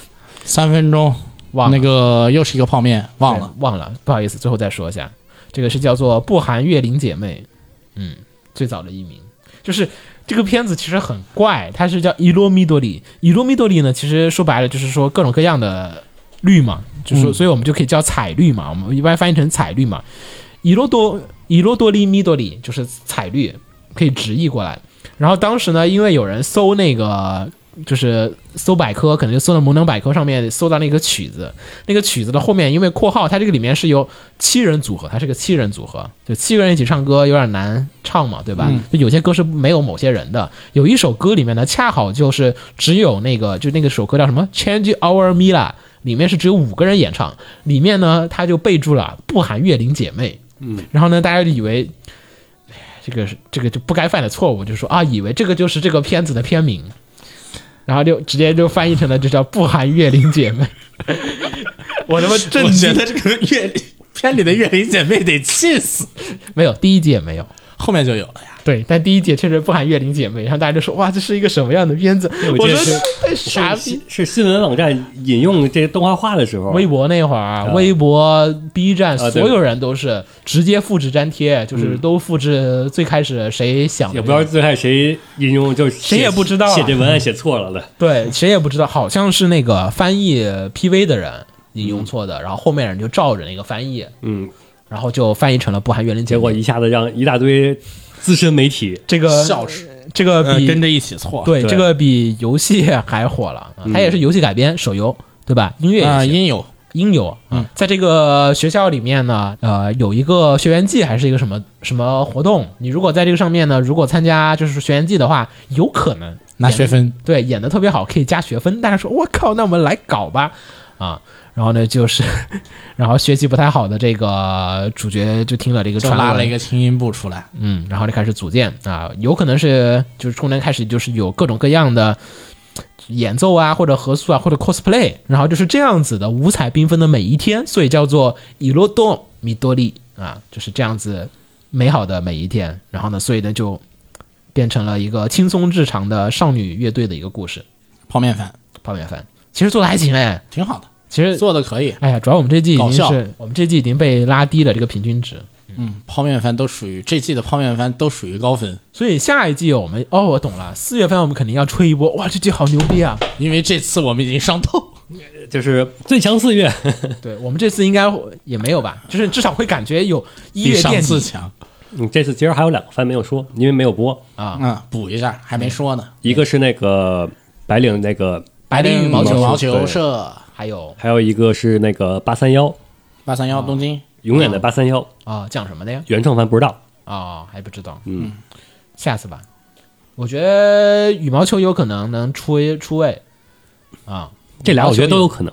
3分钟，忘了那个又是一个泡面，忘了， 不好意思，最后再说一下，这个是叫做不寒月灵姐妹，最早的译名，就是这个片子其实很怪，它是叫伊罗米多里呢，其实说白了就是说各种各样的绿嘛，就是说，所以我们就可以叫彩绿嘛，我们一般翻译成彩绿嘛，伊罗多利米多里就是彩绿，可以直译过来。然后当时呢，因为有人搜那个。就是搜百科，可能就搜到萌能百科上面搜到那个曲子，那个曲子的后面因为括号，它这个里面是由7人组合，它是个7人组合，就7个人一起唱歌有点难唱嘛，对吧？就有些歌是没有某些人的，有一首歌里面呢，恰好就是只有那个，就那个首歌叫什么 Change Our Mila， 里面是只有5个人演唱，里面呢他就备注了不含月灵姐妹，然后呢大家就以为这个就不该犯的错误，就说以为这个就是这个片子的片名。然后就直接就翻译成了就叫不含月灵姐妹，我他妈震惊！ 我觉得这个片里的月灵姐妹得气死。 没有，第一集也没有， 后面就有了呀。 对，但第一节确实不含月龄姐妹，然后大家就说哇，这是一个什么样的片子？我说太傻逼。 是新闻网站引用这个动画化的时候， 微博那会儿，微博、B 站，所有人都是直接复制粘贴，就是都复制最开始谁想的， 也不知道最开始谁引用，就是谁也不知道写这文案写错了的。 对，谁也不知道，好像是那个翻译 PV 的人引用错的，然后后面人就照着那个翻译，然后就翻译成了不含月龄姐妹， 结果一下子让一大堆资深媒体这个比跟着一起错， 对，这个比游戏还火了，它也是游戏改编，手游对吧？音乐也是音游在这个学校里面呢，有一个学员季还是一个什么活动，你如果在这个上面呢，如果参加就是学员季的话，有可能拿学分， 对，演的特别好可以加学分。大家说我靠，那我们来搞吧啊！然后呢，就是然后学习不太好的这个主角就听了这个传闻， 拉了一个轻音部出来， 然后就开始组建啊，有可能是就是从那开始就是有各种各样的演奏啊，或者合宿啊，或者 cosplay， 然后就是这样子的五彩缤纷的每一天，所以叫做彩みどり啊，就是这样子美好的每一天。然后呢，所以呢就变成了一个轻松日常的少女乐队的一个故事。 泡面番其实做的还行哎， 挺好的， 其实做的可以。 哎呀，主要我们这季已经被拉低了这个平均值。 泡面番都属于这季的泡面番都属于高分， 所以下一季我们我懂了，4月份我们肯定要吹一波，哇，这季好牛逼啊！ 因为这次我们已经上透， 就是最强4月。 对，我们这次应该也没有吧，就是至少会感觉有1月垫底强。 这次其实还有2个番没有说，因为没有播啊。 补一下，还没说呢。 一个是那个白领那个白领羽毛球社， 还有一个是那个831 东京。 永远的831 讲什么的呀？ 原创番不知道还不知道。下次吧。我觉得羽毛球有可能能出位啊， 这俩我觉得都有可能。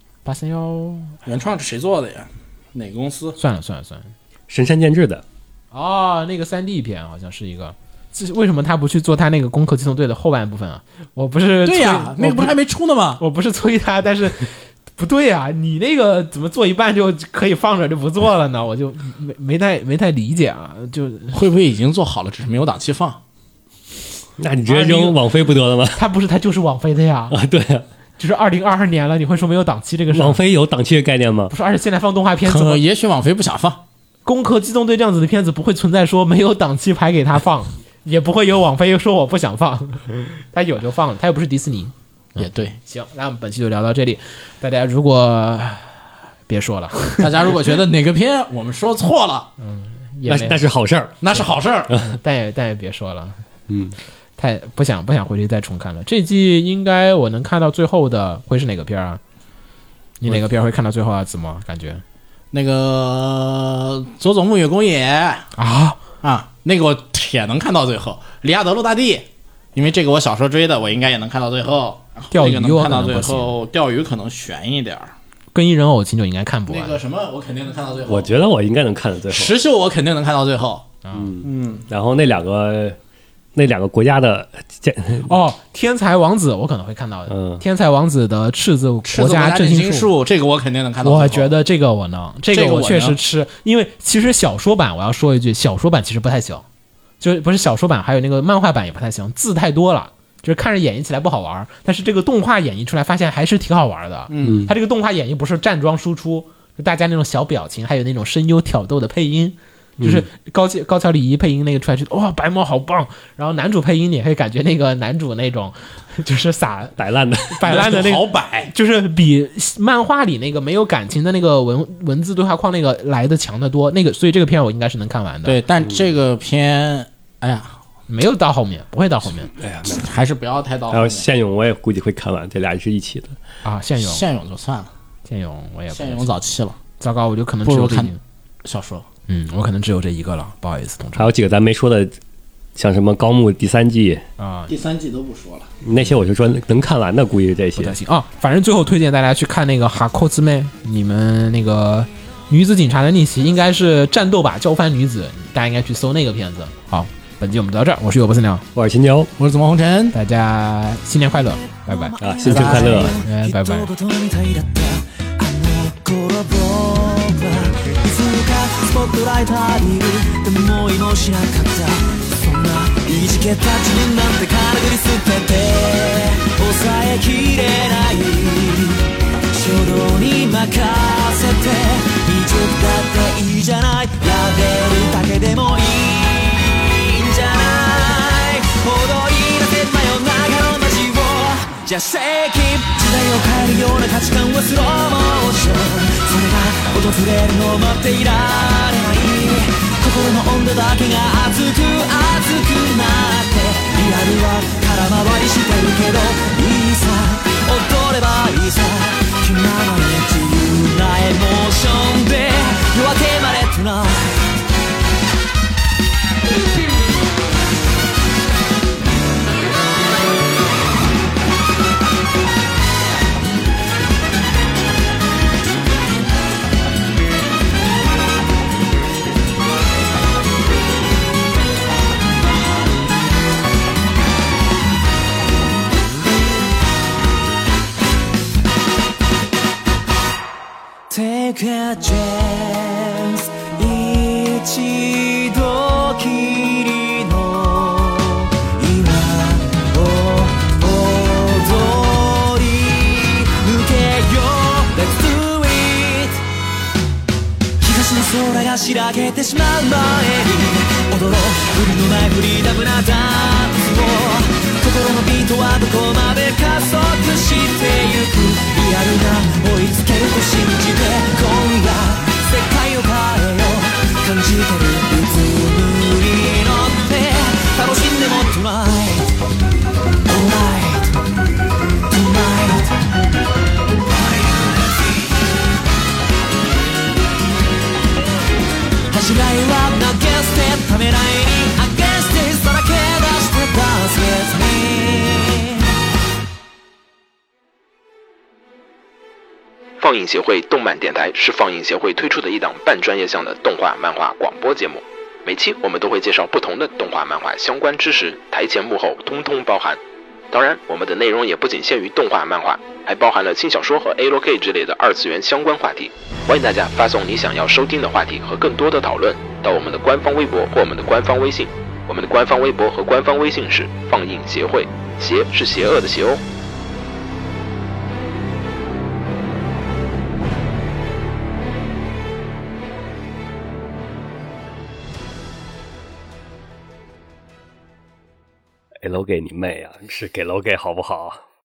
831 原创是谁做的呀？哪个公司？ 算了， 神山健治的。 那个3D 片好像是一个。为什么他不去做他那个攻壳机动队的后半部分啊？我不是对呀，那个不是还没出呢吗？ 我不是催他，但是。不对啊，你那个怎么做一半就可以放着就不做了呢？我就没太理解啊，就会不会已经做好了，只是没有档期放？ 那你直接扔网飞不得了吗？ 他就是网飞的呀。 对啊， 就是2022年了，你会说没有档期这个事？ 网飞有档期的概念吗？ 不是，而且现在放动画片子， 也许网飞不想放。 攻壳机动队这样子的片子不会存在说没有档期排给他放，也不会有网飞说我不想放，他有就放，他又不是迪士尼。 也对， 行，那我们本期就聊到这里。大家如果别说了， 大家如果觉得哪个片我们说错了， 那是好事儿， 那是好事儿， 但也别说了，太不想回去再重看了。这季应该我能看到最后的会是哪个片啊？你哪个片会看到最后啊？怎么感觉？ 那个佐佐木野公也那个我铁能看到最后。里亚德陆大帝。因为这个我小时候追的，我应该也能看到最后。 钓鱼能看到最后，钓鱼可能悬一点。 更衣人偶情就应该看不完。 那个什么，我肯定能看到最后。 我觉得我应该能看到最后。 石秀我肯定能看到最后。 然后那两个国家的天才王子我可能会看到的。天才王子的赤子国家振兴术， 这个我肯定能看到最后。 我觉得这个我能，这个我确实吃，因为其实小说版我要说一句，小说版其实不太行。就不是小说版，还有那个漫画版也不太行，字太多了，就是看着演绎起来不好玩。但是这个动画演绎出来，发现还是挺好玩的。它这个动画演绎不是站桩输出，就大家那种小表情，还有那种声优挑逗的配音，就是高桥礼仪配音那个出来就哇白毛好棒。然后男主配音你会感觉那个男主那种就是摆烂的那个好摆， 就是比漫画里那个没有感情的那个文字对话框那个来的强得多。那个所以这个片我应该是能看完的。 对，但这个片没有到后面，不会到后面。 还是不要太到后面。 还有现勇我也估计会看完，这俩是一起的现勇就算了， 现勇我也不现勇早期了， 糟糕，我就可能只有看小说。 我可能只有这一个了，不好意思，同志。 还有几个咱没说的，像什么高木第3季第3季都不说了， 那些我就说能看完的，估计这些不太行反正最后推荐大家去看那个哈扣兹妹，你们那个女子警察的逆袭，应该是战斗吧教番女子，大家应该去搜那个片子。好，本期我们到这儿，我是有波斯鸟， 我是秦牛， 我是紫梦红尘， 大家新年快乐，拜拜新春快乐， 拜拜。 スポットライト浴びるでも思いもしなかったそんないじけた自分なんてからぐり捨てて抑えきれない衝動に任せて20だっていいじゃないラベルだけでもいいんじゃないほどいなせ真夜中の街をじゃあ正規時代を変えるような価値観はスローモーションそれが訪れるのを待っていられない心の温度だけが熱く熱くなってリアルは空回りしてるけどいいさ踊ればいいさ気ままに自由なエモーションで夜明けまで tonight Take a chance 一度きりの今を踊り抜けよう Let's do it 東の空がしらけてしまう前に踊ろう無理のないフリーダムなダンスを心のビートはどこまで加速してゆくリアルな追いつけると信じて今夜世界を変えよう感じてるリズムに乗って楽しんでも Tonight Alright Tonight 走らいは投げ捨てためらいに Against it さらけ出して Dance with me 放映协会动漫电台是放映协会推出的一档半专业向的动画漫画广播节目，每期我们都会介绍不同的动画漫画相关知识，台前幕后通通包含。当然，我们的内容也不仅限于动画漫画，还包含了轻小说和 A-K 之类的二次元相关话题。欢迎大家发送你想要收听的话题和更多的讨论到我们的官方微博或我们的官方微信。我们的官方微博和官方微信是放映协会，邪是邪恶的邪哦。 给楼给你妹啊！是给楼给好不好？